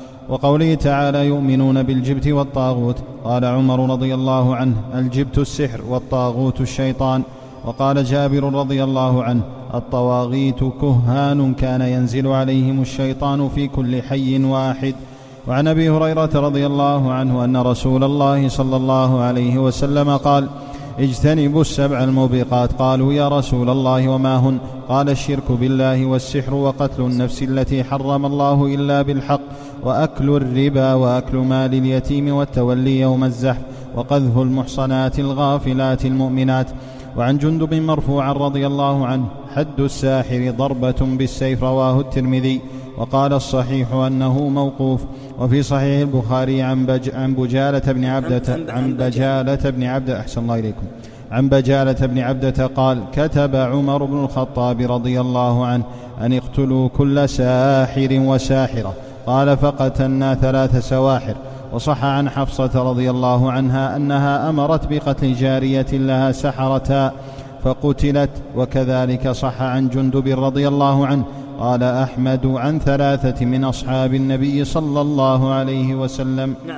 وقوله تعالى: يؤمنون بالجبت والطاغوت. قال عمر رضي الله عنه: الجبت السحر والطاغوت الشيطان. وقال جابر رضي الله عنه: الطواغيت كهان كان ينزل عليهم الشيطان في كل حي واحد. وعن أبي هريرة رضي الله عنه أن رسول الله صلى الله عليه وسلم قال: اجتنبوا السبع الموبقات. قالوا: يا رسول الله وما هن؟ قال: الشرك بالله والسحر وقتل النفس التي حرم الله إلا بالحق وأكل الربا وأكل مال اليتيم والتولي يوم الزحف وقذف المحصنات الغافلات المؤمنات. وعن جندب مرفوعا رضي الله عنه: حد الساحر ضربة بالسيف. رواه الترمذي. وقال الصحيح أنه موقوف. وفي صحيح البخاري عن, بج عن بجالة بن عبدة عن بجالة بن عبدة أحسن الله إليكم عن بجالة بن عبدة قال: كتب عمر بن الخطاب رضي الله عنه أن اقتلوا كل ساحر وساحرة. قال: فقتلنا ثلاث سواحر. وصح عن حفصة رضي الله عنها أنها أمرت بقتل جارية لها سحرتا فقتلت. وكذلك صح عن جندب رضي الله عنه. قال أحمد: عن ثلاثة من أصحاب النبي صلى الله عليه وسلم. نعم.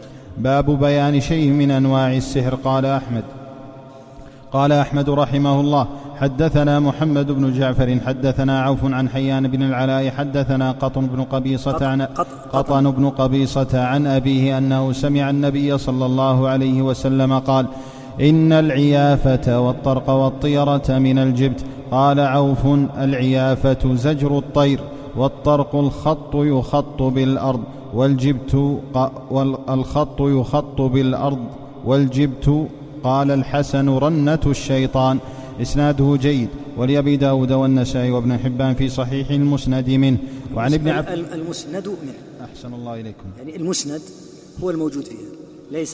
باب بيان شيء من أنواع السحر. قال أحمد قال أحمد رحمه الله: حدثنا محمد بن جعفر حدثنا عوف عن حيان بن العلاء حدثنا قطن بن قبيصة عن, قطن بن قبيصة عن أبيه أنه سمع النبي صلى الله عليه وسلم قال: إن العيافة والطرق والطيرة من الجبت. قال عوف: العيافة زجر الطير، والطرق الخط يخط بالأرض، والجبت والخط يخط بالأرض والجبت. قال الحسن: رنة الشيطان. إسناده جيد. ولأبي داود والنسائي وابن حبان في صحيح المسند منه. وعن ابن عبد المسند منه. أحسن الله إليكم. يعني المسند هو الموجود فيه، ليس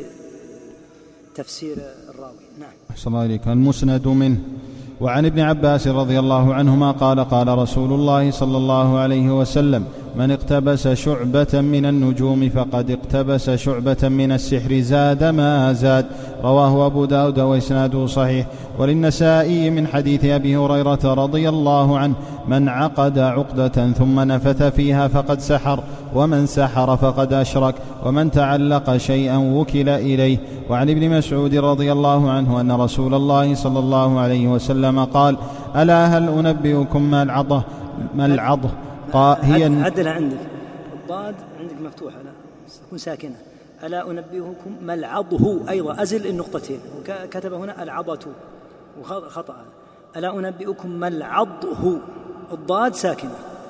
بتفسير الراوي. نعم. أحسن الله إليكم. المسند منه. وعن ابن عباس رضي الله عنهما قال: قال رسول الله صلى الله عليه وسلم: من اقتبس شعبة من النجوم فقد اقتبس شعبة من السحر زاد ما زاد. رواه أبو داود وإسناده صحيح. وللنسائي من حديث أبي هريرة رضي الله عنه: من عقد عقدة ثم نفث فيها فقد سحر، ومن سحر فقد أشرك، ومن تعلق شيئا وكل إليه. وعن ابن مسعود رضي الله عنه أن رسول الله صلى الله عليه وسلم قال: ألا هل أنبئكم ما العضة ما العضة هي عدلها عندك، الضاد عندك مفتوحة لا تكون ساكنة. ألا أنبئكم ما العضه، أيضا أزل النقطتين، وكتب هنا العضة وخطأ. ألا أنبئكم ما العضه، الضاد ساكنة،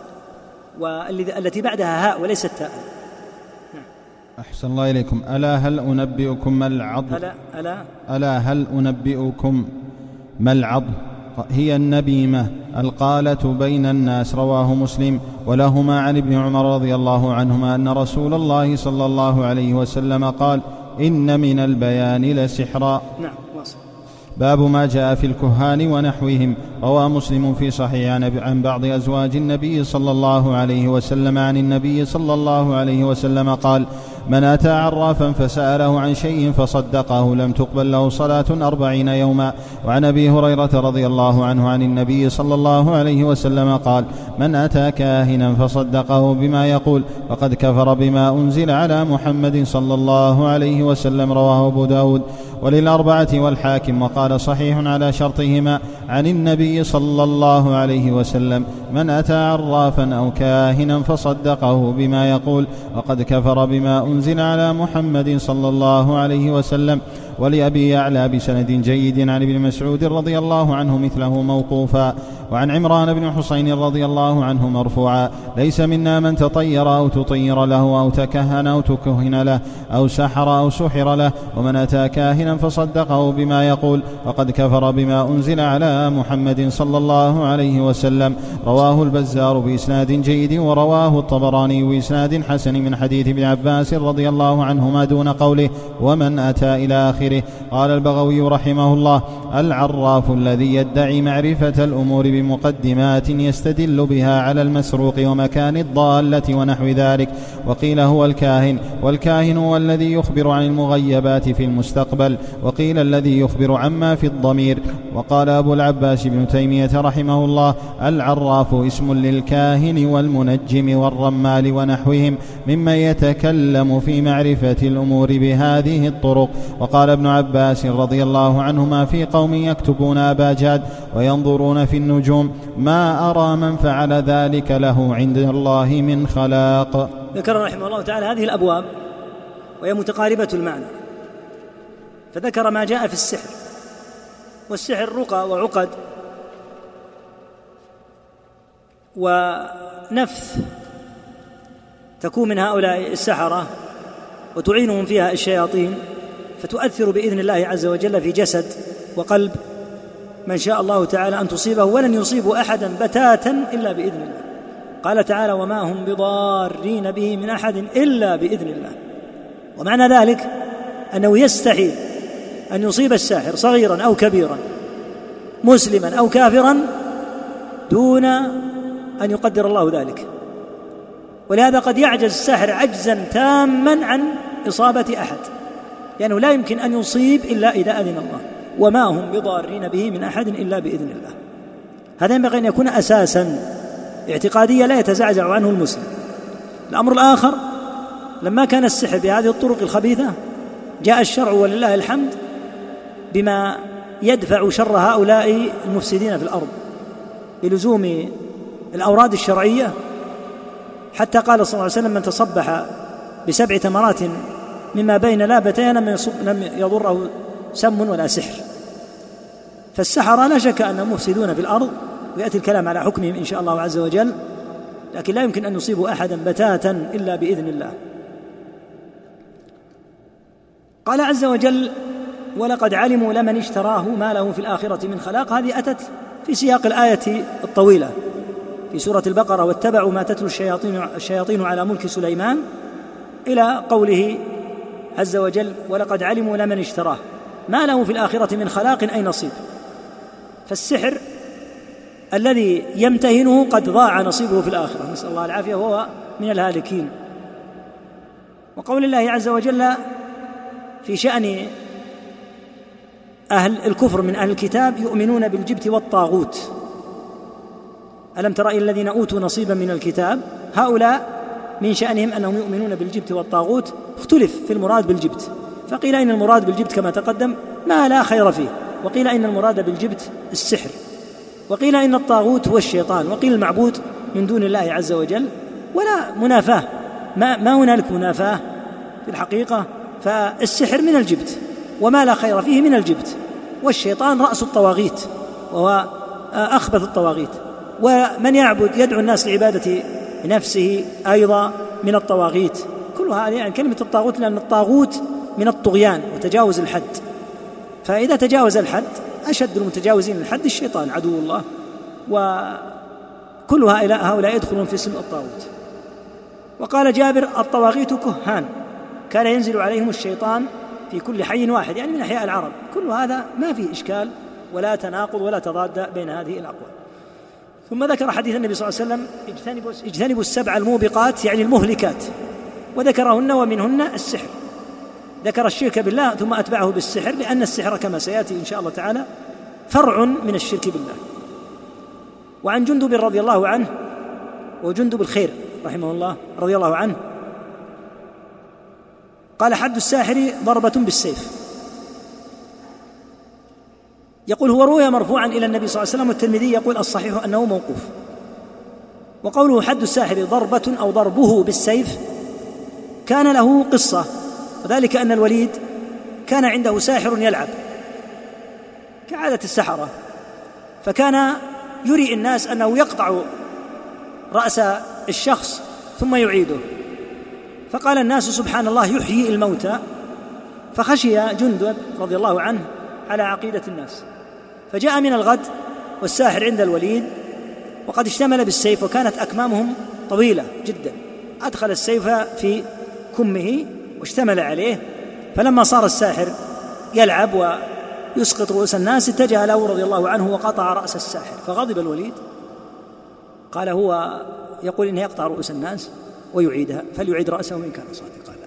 والتي بعدها هاء وليست تاء. نعم. أحسن الله إليكم. ألا هل أنبئكم ما العض ألا, ألا, ألا هل أنبئكم ما العض؟ هي النبيمة القالة بين الناس. رواه مسلم. ولهما عن ابن عمر رضي الله عنهما أن رسول الله صلى الله عليه وسلم قال: إن من البيان لسحرا. نعم. واصل. باب ما جاء في الكهان ونحوهم. روى مسلم في صحيح عن بعض أزواج النبي صلى الله عليه وسلم عن النبي صلى الله عليه وسلم قال: من أتى عرافا فسأله عن شيء فصدقه لم تقبل له صلاة أربعين يوما. وعن أبي هريرة رضي الله عنه عن النبي صلى الله عليه وسلم قال: من أتى كاهنا فصدقه بما يقول فقد كفر بما أنزل على محمد صلى الله عليه وسلم. رواه أبو داود وللأربعة والحاكم وقال صحيح على شرطهما عن النبي صلى الله عليه وسلم: من أتى عرافا أو كاهنا فصدقه بما يقول وقد كفر بما أنزل على محمد صلى الله عليه وسلم. ولأبي يعلى بسند جيد عن ابن مسعود رضي الله عنه مثله موقوفا. وعن عمران بن حسين رضي الله عنه مرفوعا: ليس منا من تطير أو تطير له أو تكهن أو تكهن له أو سحر أو سحر له، ومن أتى كاهنا فصدقه بما يقول وقد كفر بما أنزل على محمد صلى الله عليه وسلم. رواه البزار بإسناد جيد ورواه الطبراني بإسناد حسن من حديث ابن عباس رضي الله عنهما دون قوله ومن أتى إلى آخره. قال البغوي رحمه الله: العراف الذي يدعي معرفة الأمور بمقدمات يستدل بها على المسروق ومكان الضالة ونحو ذلك. وقيل هو الكاهن، والكاهن هو الذي يخبر عن المغيبات في المستقبل، وقيل الذي يخبر عما في الضمير. وقال أبو العباس بن تيمية رحمه الله: العراف اسم للكاهن والمنجم والرمال ونحوهم ممن يتكلم في معرفة الأمور بهذه الطرق. وقال ابن عباس رضي الله عنهما في قوم يكتبون أباجاد وينظرون في النجوم: ما أرى من فعل ذلك له عند الله من خلاق. ذكر رحمه الله تعالى هذه الأبواب وهي متقاربة المعنى، فذكر ما جاء في السحر، والسحر رقى وعقد ونفث تكون من هؤلاء السحرة وتعينهم فيها الشياطين، فتؤثر بإذن الله عز وجل في جسد وقلب من شاء الله تعالى أن تصيبه، ولن يصيبوا أحدا بتاتا إلا بإذن الله. قال تعالى: وما هم بضارين به من أحد إلا بإذن الله. ومعنى ذلك أنه يستحيل أن يصيب الساحر صغيرا أو كبيرا مسلما أو كافرا دون أن يقدر الله ذلك. ولهذا قد يعجز الساحر عجزا تاما عن إصابة أحد، لأنه لا يمكن أن يصيب إلا إذا أذن الله. وما هم بضارين به من أحد إلا بإذن الله. هذا ينبغي أن يكون أساسا اعتقاديا لا يتزعزع عنه المسلم. الأمر الآخر: لما كان السحر بهذه الطرق الخبيثة جاء الشرع ولله الحمد بما يدفع شر هؤلاء المفسدين في الأرض بلزوم الأوراد الشرعية، حتى قال صلى الله عليه وسلم: من تصبح بسبع تمرات مما بين لابتين لم يضره سم ولا سحر. فالسحرة لا شك أنهم مفسدون في الأرض، ويأتي الكلام على حكمهم إن شاء الله عز وجل، لكن لا يمكن أن يصيبوا أحدا بتاتا إلا بإذن الله. قال عز وجل: ولقد علموا لمن اشتراه ما له في الآخرة من خلاق. هذه أتت في سياق الآية الطويلة في سورة البقرة: واتبعوا ما تتلو الشياطين, الشياطين على ملك سليمان، إلى قوله عز وجل: ولقد علموا لمن اشتراه ما له في الآخرة من خلاق أي نصيب. فالسحر الذي يمتهنه قد ضاع نصيبه في الآخرة، نسأل الله العافية، وهو من الهالكين. وقول الله عز وجل في شأن أهل الكفر من أهل الكتاب: يؤمنون بالجبت والطاغوت. ألم تر إلى الذين أوتوا نصيبا من الكتاب؟ هؤلاء من شأنهم أنهم يؤمنون بالجبت والطاغوت. اختلف في المراد بالجبت، فقيل إن المراد بالجبت كما تقدم ما لا خير فيه، وقيل إن المراد بالجبت السحر، وقيل إن الطاغوت هو الشيطان، وقيل المعبود من دون الله عز وجل. ولا منافاة، ما, ما هنالك منافاة في الحقيقة. فالسحر من الجبت، وما لا خير فيه من الجبت، والشيطان رأس الطواغيت وهو أخبث الطواغيت، ومن يعبد يدعو الناس لعبادة نفسه أيضا من الطواغيت. كل هذه يعني كلمة الطاغوت، لأن الطاغوت من الطغيان وتجاوز الحد، فإذا تجاوز الحد أشد المتجاوزين الحد الشيطان عدو الله، وكل هؤلاء يدخلون في اسم الطاغوت. وقال جابر: الطواغيت كهان كان ينزل عليهم الشيطان في كل حي واحد، يعني من أحياء العرب. كل هذا ما فيه إشكال ولا تناقض ولا تضاد بين هذه الأقوال. ثم ذكر حديث النبي صلى الله عليه وسلم: اجتنبوا, اجتنبوا السبع الموبقات، يعني المهلكات، وذكرهن ومنهن السحر. ذكر الشرك بالله ثم أتبعه بالسحر، لأن السحر كما سيأتي إن شاء الله تعالى فرع من الشرك بالله. وعن جندب رضي الله عنه، وجندب الخير رحمه الله رضي الله عنه، قال: حد الساحر ضربة بالسيف. يقول: هو روي مرفوعا إلى النبي صلى الله عليه وسلم، والترمذي يقول: الصحيح أنه موقوف. وقوله حد الساحر ضربة أو ضربه بالسيف كان له قصة، وذلك أن الوليد كان عنده ساحر يلعب كعادة السحرة، فكان يري الناس أنه يقطع رأس الشخص ثم يعيده، فقال الناس: سبحان الله يحيي الموتى. فخشي جندب رضي الله عنه على عقيدة الناس، فجاء من الغد والساحر عند الوليد وقد اشتمل بالسيف، وكانت أكمامهم طويلة جدا. أدخل السيف في كمه واشتمل عليه، فلما صار الساحر يلعب ويسقط رؤوس الناس اتجه له رضي الله عنه وقطع رأس الساحر، فغضب الوليد، قال: هو يقول إنه يقطع رؤوس الناس ويعيدها، فليعيد رأسه إن كان صادقا.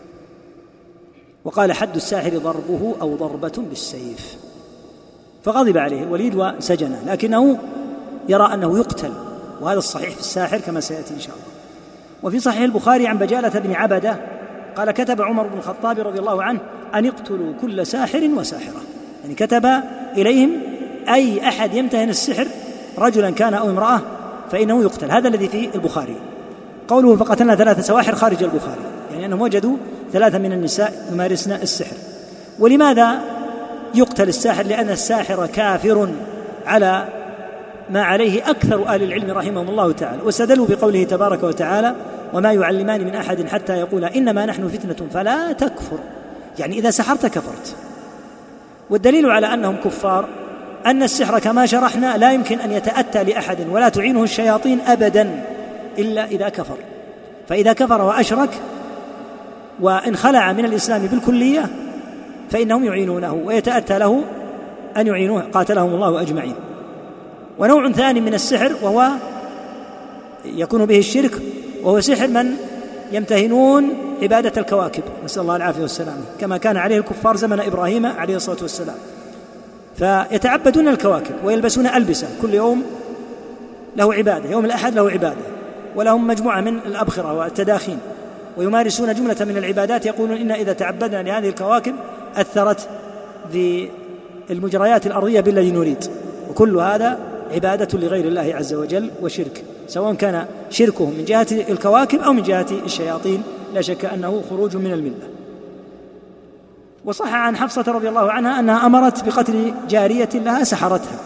وقال: حد الساحر ضربه أو ضربة بالسيف. فغضب عليه الوليد وسجنه، لكنه يرى أنه يقتل، وهذا الصحيح في الساحر كما سيأتي إن شاء الله. وفي صحيح البخاري عن بجالة بن عبدة قال: كتب عمر بن الخطاب رضي الله عنه أن يقتلوا كل ساحر وساحرة، يعني كتب إليهم أي أحد يمتهن السحر رجلا كان أو امرأة فإنه يقتل. هذا الذي في البخاري. قوله: فقتلنا ثلاثة سواحر خارج البخاري، يعني أنهم وجدوا ثلاثة من النساء يمارسن السحر. ولماذا يقتل الساحر؟ لأن الساحر كافر على ما عليه أكثر أهل العلم رحمهم الله تعالى، واستدلوا بقوله تبارك وتعالى: وما يعلمان من أحد حتى يقولا إنما نحن فتنة فلا تكفر، يعني إذا سحرت كفرت. والدليل على أنهم كفار أن السحر كما شرحنا لا يمكن أن يتأتى لأحد ولا تعينه الشياطين أبدا إلا إذا كفر، فإذا كفر وأشرك وانخلع من الإسلام بالكلية فإنهم يعينونه ويتأتى له أن يعينوه، قاتلهم الله أجمعين. ونوع ثاني من السحر وهو يكون به الشرك، وهو سحر من يمتهنون عبادة الكواكب، نسأل الله العافية والسلامة، كما كان عليه الكفار زمن إبراهيم عليه الصلاة والسلام، فيتعبدون الكواكب ويلبسون ألبسة، كل يوم له عبادة، يوم الأحد له عبادة، ولهم مجموعة من الأبخرة والتداخين، ويمارسون جملة من العبادات، يقولون إن إذا تعبدنا لهذه الكواكب أثرت بالمجريات الأرضية بالذي نريد. وكل هذا عبادة لغير الله عز وجل وشرك، سواء كان شركهم من جهة الكواكب أو من جهة الشياطين، لا شك أنه خروج من الملة. وصح عن حفصة رضي الله عنها أنها أمرت بقتل جارية لها سحرتها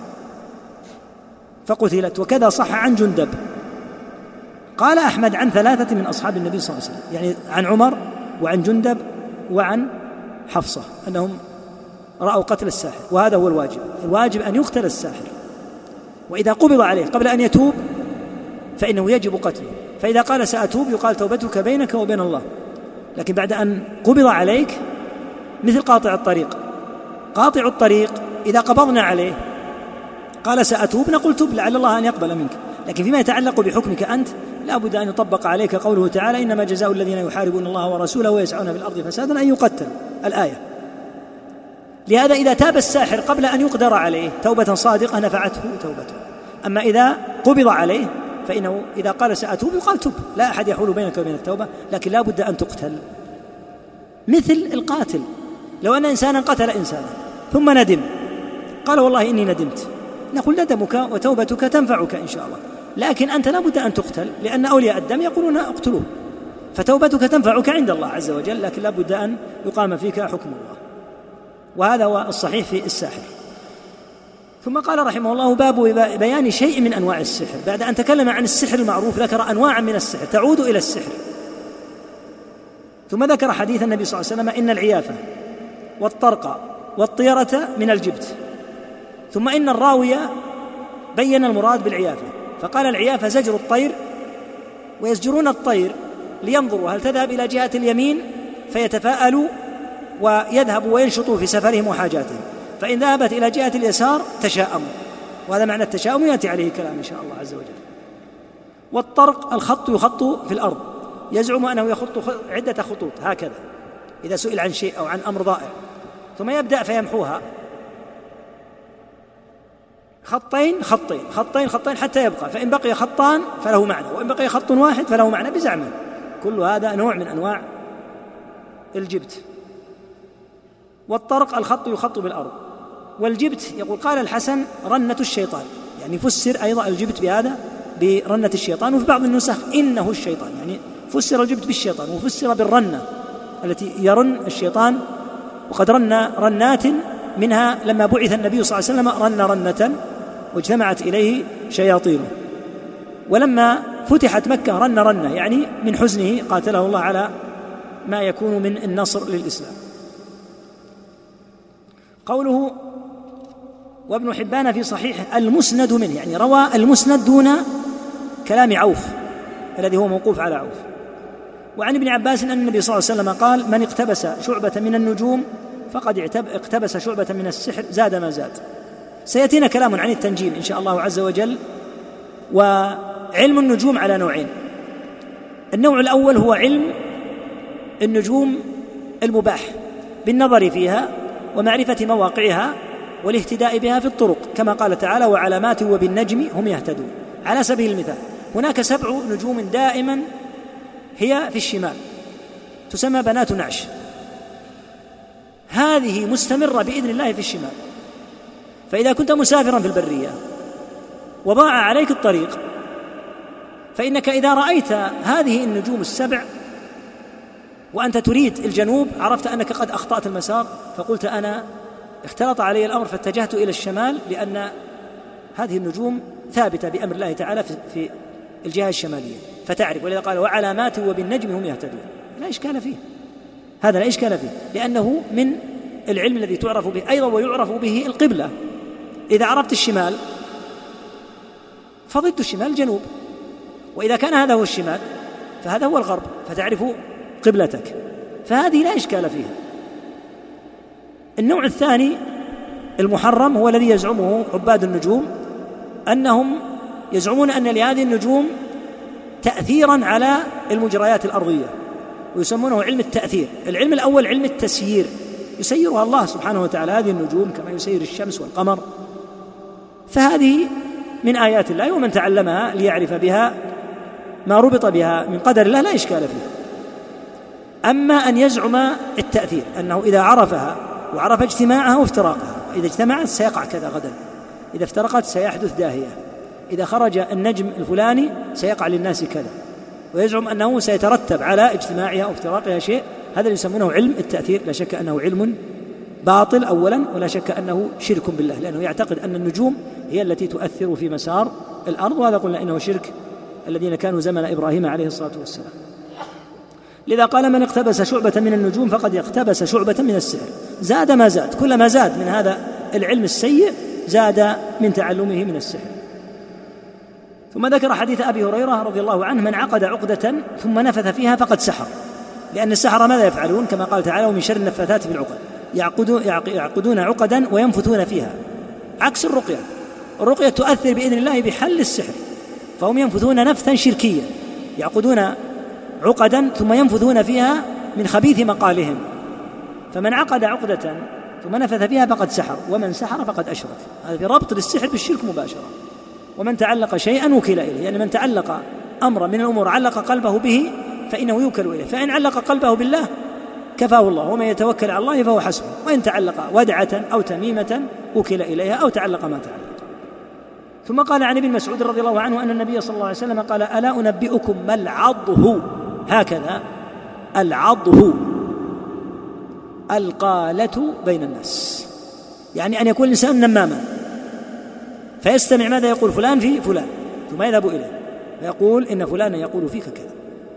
فقتلت. وكذا صح عن جندب. قال أحمد عن ثلاثة من أصحاب النبي صلى الله عليه وسلم، يعني عن عمر وعن جندب وعن حفصة، أنهم رأوا قتل الساحر، وهذا هو الواجب. الواجب أن يقتل الساحر، وإذا قبض عليه قبل أن يتوب فإنه يجب قتله. فإذا قال سأتوب يقال توبتك بينك وبين الله، لكن بعد أن قبض عليك مثل قاطع الطريق. قاطع الطريق إذا قبضنا عليه قال سأتوب نقول تب لعل الله أن يقبل منك، لكن فيما يتعلق بحكمك أنت لا بد أن يطبق عليك قوله تعالى: إنما جزاء الذين يحاربون الله ورسوله ويسعون في الأرض فسادا أن يقتلوا، الآية. لهذا إذا تاب الساحر قبل أن يقدر عليه توبة صادقة نفعته توبته، أما إذا قبض عليه فإنه إذا قال سأتوب يقال تب، لا أحد يحول بينك وبين التوبة، لكن لا بد أن تقتل. مثل القاتل، لو أن إنسانا قتل إنسانا ثم ندم قال والله إني ندمت، نقول ندمك وتوبتك تنفعك إن شاء الله، لكن أنت لا بد أن تقتل، لأن أولياء الدم يقولون اقتلوه، فتوبتك تنفعك عند الله عز وجل، لكن لا بد أن يقام فيك حكم الله. وهذا هو الصحيح في الساحر. ثم قال رحمه الله: باب بيان شيء من أنواع السحر. بعد أن تكلم عن السحر المعروف ذكر أنواعا من السحر تعود إلى السحر، ثم ذكر حديث النبي صلى الله عليه وسلم: إن العيافة والطرق والطيرة من الجبت، ثم إن الراوي بين المراد بالعيافة فقال العيافة زجر الطير، ويزجرون الطير لينظروا هل تذهب إلى جهة اليمين فيتفاءلوا ويذهبوا وينشطوا في سفرهم وحاجاتهم، فإن ذهبت إلى جهة اليسار تشاءموا، وهذا معنى التشاؤم يأتي عليه كلام إن شاء الله عز وجل. والطرق الخط يخط في الأرض، يزعم أنه يخط عدة خطوط هكذا إذا سئل عن شيء أو عن أمر ضائع، ثم يبدأ فيمحوها خطين خطين خطين خطين حتى يبقى، فإن بقي خطان فله معنى، وإن بقي خط واحد فله معنى بزعمه. كل هذا نوع من أنواع الجبت. والطرق الخط يخط بالأرض. والجبت يقول قال الحسن رنة الشيطان، يعني فسر أيضا الجبت بهذا برنة الشيطان، وفي بعض النسخ إنه الشيطان، يعني فسر الجبت بالشيطان وفسر بالرنة التي يرن الشيطان، وقد رن رنات منها لما بعث النبي صلى الله عليه وسلم رن رنة واجتمعت إليه شياطينه، ولما فتحت مكة رن رنة، يعني من حزنه قاتله الله على ما يكون من النصر للإسلام. قوله وابن حبان في صحيح المسند منه، يعني روى المسند دون كلام عوف الذي هو موقوف على عوف. وعن ابن عباس أن النبي صلى الله عليه وسلم قال من اقتبس شعبة من النجوم فقد اقتبس شعبة من السحر زاد ما زاد. سيأتينا كلام عن التنجيم إن شاء الله عز وجل. وعلم النجوم على نوعين، النوع الأول هو علم النجوم المباح بالنظر فيها ومعرفة مواقعها والاهتداء بها في الطرق، كما قال تعالى وعلامات وبالنجم هم يهتدون. على سبيل المثال هناك سبع نجوم دائما هي في الشمال تسمى بنات نعش، هذه مستمرة بإذن الله في الشمال، فإذا كنت مسافرا في البرية وضاع عليك الطريق فإنك إذا رأيت هذه النجوم السبع وأنت تريد الجنوب عرفت أنك قد أخطأت المسار، فقلت أنا اختلط علي الأمر فاتجهت إلى الشمال، لأن هذه النجوم ثابتة بأمر الله تعالى في الجهة الشمالية، فتعرف. ولذا قال وعلامات وبالنجم هم يهتدون، لا إشكال فيه، هذا لا إشكال فيه، لأنه من العلم الذي تعرف به أيضا ويعرف به القبلة. إذا عرفت الشمال فضد الشمال الجنوب، وإذا كان هذا هو الشمال فهذا هو الغرب، فتعرف قبلتك، فهذه لا إشكال فيها. النوع الثاني المحرم هو الذي يزعمه عباد النجوم، أنهم يزعمون أن لهذه النجوم تأثيرا على المجريات الأرضية، ويسمونه علم التأثير. العلم الأول علم التسيير، يسيرها الله سبحانه وتعالى هذه النجوم كما يسير الشمس والقمر، فهذه من آيات الله، ومن تعلمها ليعرف بها ما ربط بها من قدر الله لا إشكال فيه. أما أن يزعم التأثير أنه إذا عرفها وعرف اجتماعها وافتراقها، إذا اجتمعت سيقع كذا غدا، إذا افترقت سيحدث داهية، إذا خرج النجم الفلاني سيقع للناس كذا، ويزعم أنه سيترتب على اجتماعها وافتراقها شيء، هذا يسمونه علم التأثير. لا شك أنه علم باطل أولا، ولا شك أنه شرك بالله، لأنه يعتقد أن النجوم هي التي تؤثر في مسار الأرض، وهذا قلنا إنه شرك الذين كانوا زمن إبراهيم عليه الصلاة والسلام. لذا قال من اقتبس شعبة من النجوم فقد اقتبس شعبة من السحر زاد ما زاد، كلما زاد من هذا العلم السيء زاد من تعلمه من السحر. ثم ذكر حديث أبي هريرة رضي الله عنه من عقد عقدة ثم نفث فيها فقد سحر، لأن السحرة ماذا يفعلون؟ كما قال تعالى ومن شر النفاثات في العقد، يعقدون عقدا وينفثون فيها، عكس الرقية. الرقية تؤثر بإذن الله بحل السحر، فهم ينفثون نفثا شركيا، يعقدون عقدا ثم ينفثون فيها من خبيث مقالهم. فمن عقد عقدة ثم نفث فيها فقد سحر، ومن سحر فقد أشرك. هذا في ربط للسحر بالشرك مباشرة. ومن تعلق شيئا وكل إليه، يعني من تعلق أمرا من الأمور علق قلبه به فإنه يوكل إليه، فإن علق قلبه بالله كفاه الله، ومن يتوكل على الله فهو حسبه، وإن تعلق ودعة أو تميمة وكل إليها أو تعلق ما تعلق. ثم قال عن ابن مسعود رضي الله عنه أن النبي صلى الله عليه وسلم قال ألا أنبئكم ما العضه، هكذا العضه القالة بين الناس، يعني أن يكون الإنسان نماما فيستمع ماذا يقول فلان في فلان ثم يذهب إليه فيقول إن فلانا يقول فيك كذا.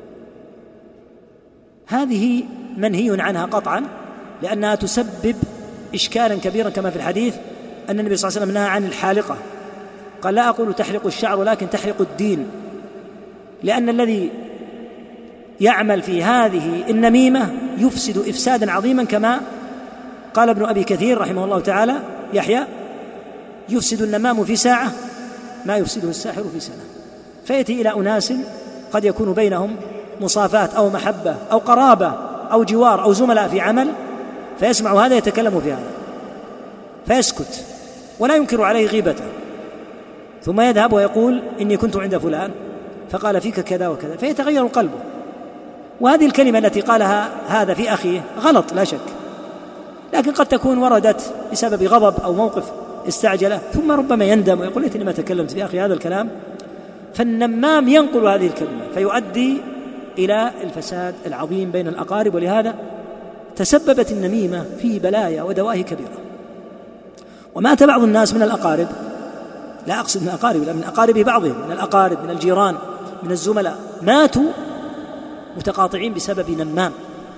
هذه منهي عنها قطعا، لأنها تسبب إشكالا كبيرا كما في الحديث أن النبي صلى الله عليه وسلم نهى عن الحالقة، قال لا أقول تحلق الشعر ولكن تحلق الدين، لأن الذي يعمل في هذه النميمة يفسد إفسادا عظيما، كما قال ابن أبي كثير رحمه الله تعالى يحيى: يفسد النمام في ساعة ما يفسده الساحر في سنة. فيأتي إلى أناس قد يكون بينهم مصافات أو محبة أو قرابة أو جوار أو زملاء في عمل، فيسمع هذا يتكلم في هذا فيسكت ولا ينكر عليه غيبته، ثم يذهب ويقول إني كنت عند فلان فقال فيك كذا وكذا، فيتغير قلبه. وهذه الكلمة التي قالها هذا في أخيه غلط لا شك، لكن قد تكون وردت بسبب غضب أو موقف استعجله، ثم ربما يندم ويقول ليتني ما تكلمت في أخي هذا الكلام. فالنمام ينقل هذه الكلمة فيؤدي إلى الفساد العظيم بين الأقارب، ولهذا تسببت النميمة في بلايا ودواهي كبيرة. ومات بعض الناس من الأقارب، لا أقصد من أقارب، لا من أقارب بعضهم، من الأقارب من الجيران من الزملاء، ماتوا متقاطعين بسبب نمام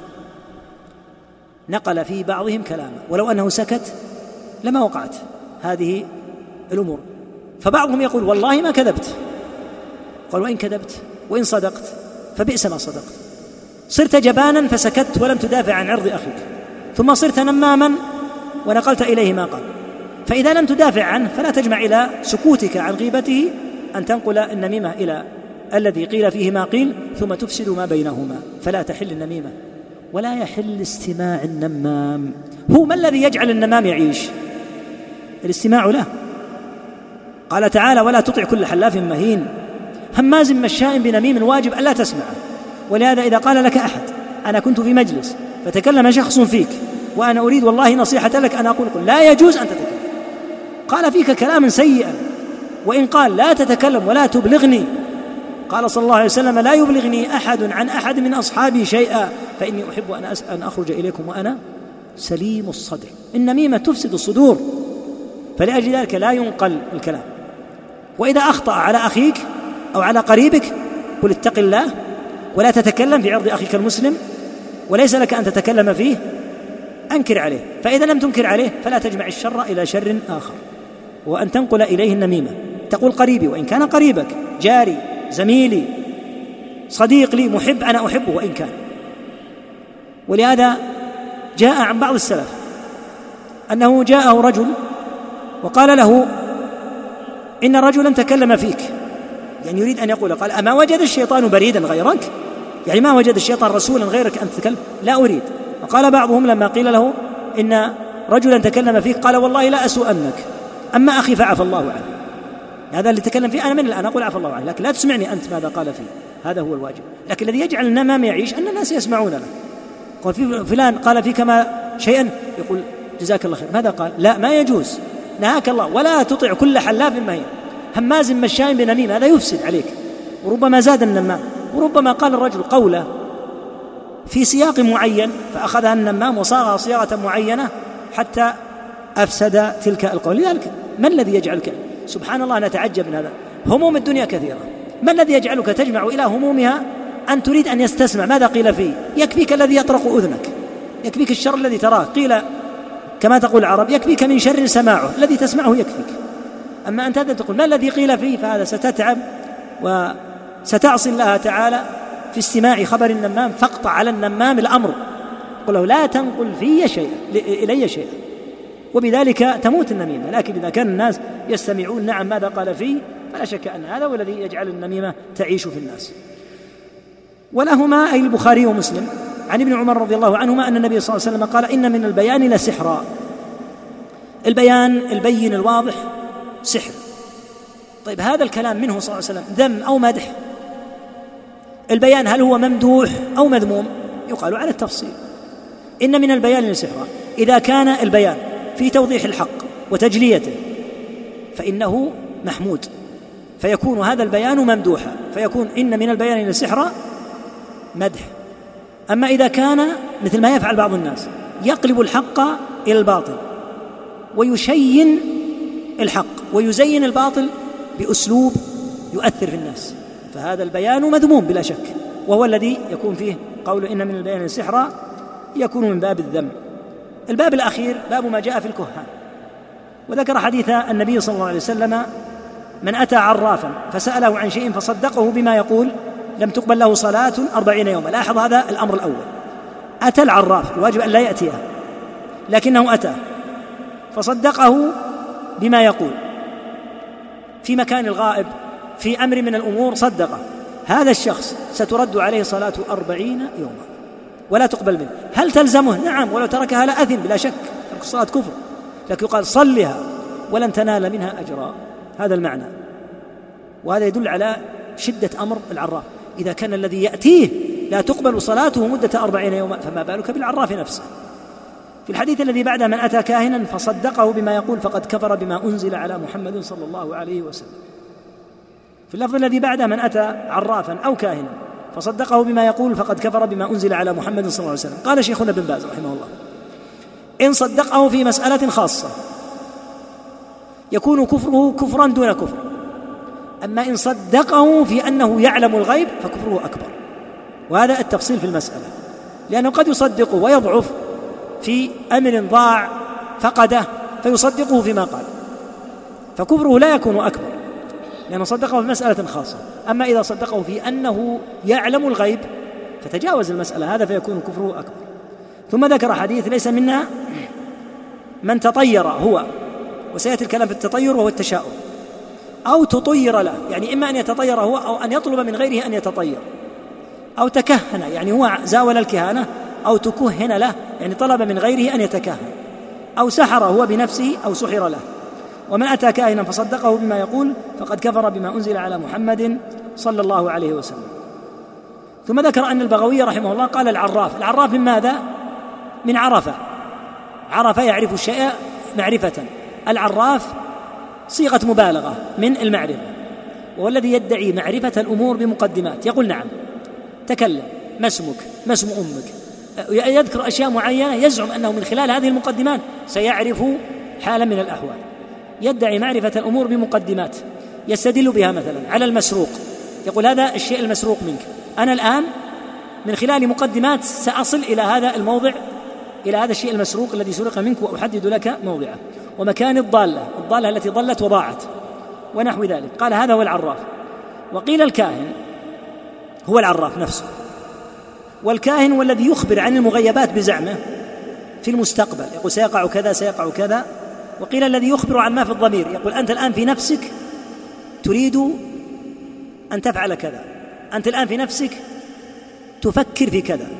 نقل في بعضهم كلاما، ولو أنه سكت لما وقعت هذه الأمور. فبعضهم يقول والله ما كذبت، قال وإن كذبت وإن صدقت فبئس ما صدقت، صرت جبانا فسكت ولم تدافع عن عرض أخيك، ثم صرت نماما ونقلت إليه ما قال. فإذا لم تدافع عنه فلا تجمع إلى سكوتك عن غيبته أن تنقل النميمة إلى الذي قيل فيه ما قيل، ثم تفسد ما بينهما، فلا تحل النميمة ولا يحل استماع النمام. هو ما الذي يجعل النمام يعيش؟ الاستماع له. قال تعالى ولا تطع كل حلاف مهين هماز مشاء بنميم واجب ألا تسمعه. ولهذا إذا قال لك أحد أنا كنت في مجلس فتكلم شخص فيك وأنا أريد والله نصيحة لك، أنا أقول لا يجوز أن تتكلم، قال فيك كلاما سيئا، وإن قال لا تتكلم ولا تبلغني، قال صلى الله عليه وسلم لا يبلغني أحد عن أحد من أصحابي شيئا فإني أحب أن, أن أخرج إليكم وأنا سليم الصدر. النميمة تفسد الصدور، فلأجل ذلك لا ينقل الكلام. وإذا أخطأ على أخيك أو على قريبك قل اتق الله ولا تتكلم في عرض أخيك المسلم، وليس لك أن تتكلم فيه، أنكر عليه. فإذا لم تنكر عليه فلا تجمع الشر إلى شر آخر، وأن تنقل إليه النميمة. تقول قريبي وإن كان قريبك، جاري، زميلي، صديق لي، محب أنا أحبه وإن كان. ولهذا جاء عن بعض السلف أنه جاءه رجل وقال له إن رجلا تكلم فيك، يعني يريد أن يقول، قال أما وجد الشيطان بريدا غيرك؟ يعني ما وجد الشيطان رسولا غيرك أن تتكلم؟ لا أريد. وقال بعضهم لما قيل له إن رجلا تكلم فيك قال والله لا أسوءنك، أما أخي فعفى الله عنه. هذا اللي تكلم فيه أنا من الآن أقول عفى الله عنه، لكن لا تسمعني أنت ماذا قال فيه، هذا هو الواجب. لكن الذي يجعل النمام يعيش أن الناس يسمعون له. قال في فلان قال فيك ما شيئا، يقول جزاك الله خير، ماذا قال؟ لا ما يجوز، نهاك الله ولا تطع كل حلاف مهين هماز مشاء بنميم، هذا يفسد عليك. وربما زاد النمام، وربما قال الرجل قولة في سياق معين فأخذها النمام وصاغها صياغة معينة حتى أفسد تلك القول. لذلك ما الذي يجعلك، سبحان الله نتعجب من هذا، هموم الدنيا كثيرة، ما الذي يجعلك تجمع إلى همومها أن تريد أن يستسمع ماذا قيل فيه؟ يكفيك الذي يطرق أذنك، يكفيك الشر الذي تراه، قيل كما تقول العرب يكفيك من شر سماعه، الذي تسمعه يكفيك. أما أنت هذا تقول ما الذي قيل فيه، فهذا ستتعب وستعصي الله تعالى في استماع خبر النمام. فاقطع على النمام الأمر، قل له لا تنقل في شيء إلي شيء، وبذلك تموت النميمة. لكن إذا كان الناس يستمعون نعم ماذا قال فيه، فلا شك أن هذا هو الذي يجعل النميمة تعيش في الناس. ولهما أي البخاري ومسلم عن ابن عمر رضي الله عنهما أن النبي صلى الله عليه وسلم قال إن من البيان لسحرا. البيان البين الواضح سحر. طيب هذا الكلام منه صلى الله عليه وسلم ذم أو مدح؟ البيان هل هو ممدوح أو مذموم؟ يقال على التفصيل. إن من البيان لسحرا، إذا كان البيان في توضيح الحق وتجليته فإنه محمود، فيكون هذا البيان ممدوحا، فيكون إن من البيان لسحرا مدح. أما إذا كان مثل ما يفعل بعض الناس يقلب الحق إلى الباطل ويشين الحق ويزين الباطل بأسلوب يؤثر في الناس، فهذا البيان مذموم بلا شك، وهو الذي يكون فيه قول إن من البيان لسحرا، يكون من باب الذم. الباب الأخير باب ما جاء في الكهان، وذكر حديث النبي صلى الله عليه وسلم: من أتى عرافا فسأله عن شيء فصدقه بما يقول لم تقبل له صلاة أربعين يوما. لاحظ هذا الأمر الأول، أتى العراف، الواجب أن لا يأتيه، لكنه أتى فصدقه بما يقول في مكان الغائب في أمر من الأمور، صدقه، هذا الشخص سترد عليه صلاة أربعين يوما ولا تقبل منه. هل تلزمه؟ نعم، ولو تركها لا أثم بلا شك، ترك الصلاة كفر، لكن يقال صلها ولن تنال منها أجرا، هذا المعنى. وهذا يدل على شدة أمر العراف. إذا كان الذي يأتيه لا تقبل صلاته مدة أربعين يوما، فما بالك بالعراف نفسه. في الحديث الذي بعده: من أتى كاهنا فصدقه بما يقول فقد كفر بما أنزل على محمد صلى الله عليه وسلم. في اللفظ الذي بعده: من أتى عرافا أو كاهنا فصدقه بما يقول فقد كفر بما أنزل على محمد صلى الله عليه وسلم. قال شيخنا ابن باز رحمه الله: إن صدقه في مسألة خاصة يكون كفره كفرا دون كفر، أما إن صدقه في أنه يعلم الغيب فكفره أكبر. وهذا التفصيل في المسألة، لأنه قد يصدقه ويضعف في أمر ضاع فقده فيصدقه فيما قال، فكفره لا يكون أكبر لأنه صدقه في مسألة خاصة. أما إذا صدقه في أنه يعلم الغيب فتجاوز المسألة، هذا فيكون كفره أكبر. ثم ذكر حديث: ليس منا من تطير هو، وسيأتي الكلام في التطير وهو التشاؤم، أو تطير له، يعني إما أن يتطير هو أو أن يطلب من غيره أن يتطير، أو تكهن، يعني هو زاول الكهانة، أو تكهن له، يعني طلب من غيره أن يتكهن، أو سحر هو بنفسه أو سحر له. ومن أتى كاهنا فصدقه بما يقول فقد كفر بما أنزل على محمد صلى الله عليه وسلم. ثم ذكر أن البغوي رحمه الله قال: العراف، العراف من ماذا؟ من عرفة، عرفة يعرف الشيء معرفة. العراف صيغة مبالغة من المعرفة، وهو الذي يدعي معرفة الأمور بمقدمات، يقول: نعم تكلم، ما اسمك، ما اسم أمك، يذكر أشياء معينة يزعم أنه من خلال هذه المقدمات سيعرف حالا من الأحوال. يدعي معرفة الأمور بمقدمات يستدل بها مثلا على المسروق، يقول: هذا الشيء المسروق منك، أنا الآن من خلال مقدمات سأصل إلى هذا الموضع، إلى هذا الشيء المسروق الذي سرق منك، وأحدد لك موضعه ومكان الضالة، الضالة التي ضلت وضاعت ونحو ذلك. قال: هذا هو العراف. وقيل الكاهن هو العراف نفسه، والكاهن هو الذي يخبر عن المغيبات بزعمه في المستقبل، يقول سيقع كذا سيقع كذا. وقيل الذي يخبر عن ما في الضمير، يقول: أنت الآن في نفسك تريد أن تفعل كذا، أنت الآن في نفسك تفكر في كذا.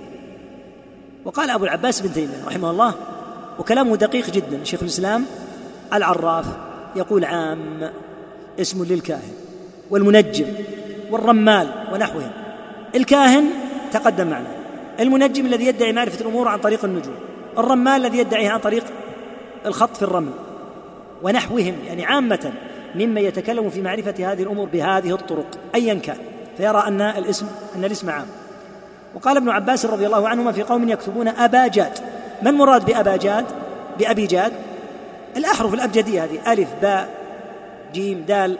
وقال أبو العباس بن تيمية رحمه الله، وكلامه دقيق جدا، شيخ الإسلام: العراف يقول عام اسم للكاهن والمنجم والرمال ونحوهم. الكاهن تقدم معنا، المنجم الذي يدعي معرفة الأمور عن طريق النجوم، الرمال الذي يدعيها عن طريق الخط في الرمل ونحوهم، يعني عامة ممن يتكلم في معرفة هذه الأمور بهذه الطرق أيا كان، فيرى أن الاسم أن الاسم عام. وقال ابن عباس رضي الله عنهما: في قوم يكتبون أبا جاد. ما المراد بأبا جاد؟ بأبي جاد الأحرف الأبجدية هذه، ألف باء جيم دال.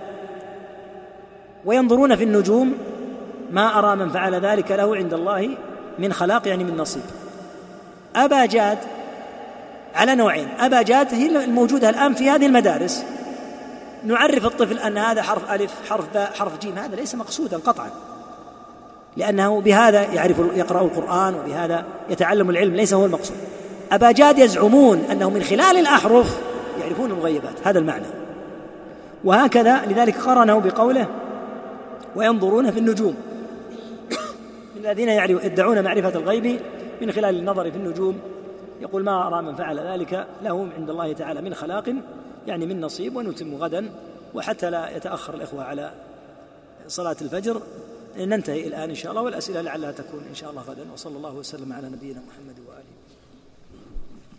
وينظرون في النجوم: ما أرى من فعل ذلك له عند الله من خلاق، يعني من نصيب. أبا جاد على نوعين، أبا جاد هي الموجودة الآن في هذه المدارس، نعرف الطفل أن هذا حرف ألف حرف باء حرف جيم، هذا ليس مقصودا قطعا، لأنه بهذا يعرف يقرأ القرآن وبهذا يتعلم العلم، ليس هو المقصود. أبا جاد يزعمون أنه من خلال الأحرف يعرفون المغيبات، هذا المعنى. وهكذا لذلك قرنه بقوله: وينظرون في النجوم، من الذين يدعون معرفة الغيب من خلال النظر في النجوم. يقول: ما أرى من فعل ذلك له عند الله تعالى من خلاق، يعني من نصيب. ونتم غدا، وحتى لا يتأخر الإخوة على صلاة الفجر ننتهي الآن إن شاء الله، والأسئلة لعلها تكون إن شاء الله غدا. وصلى الله وسلم على نبينا محمد وآله.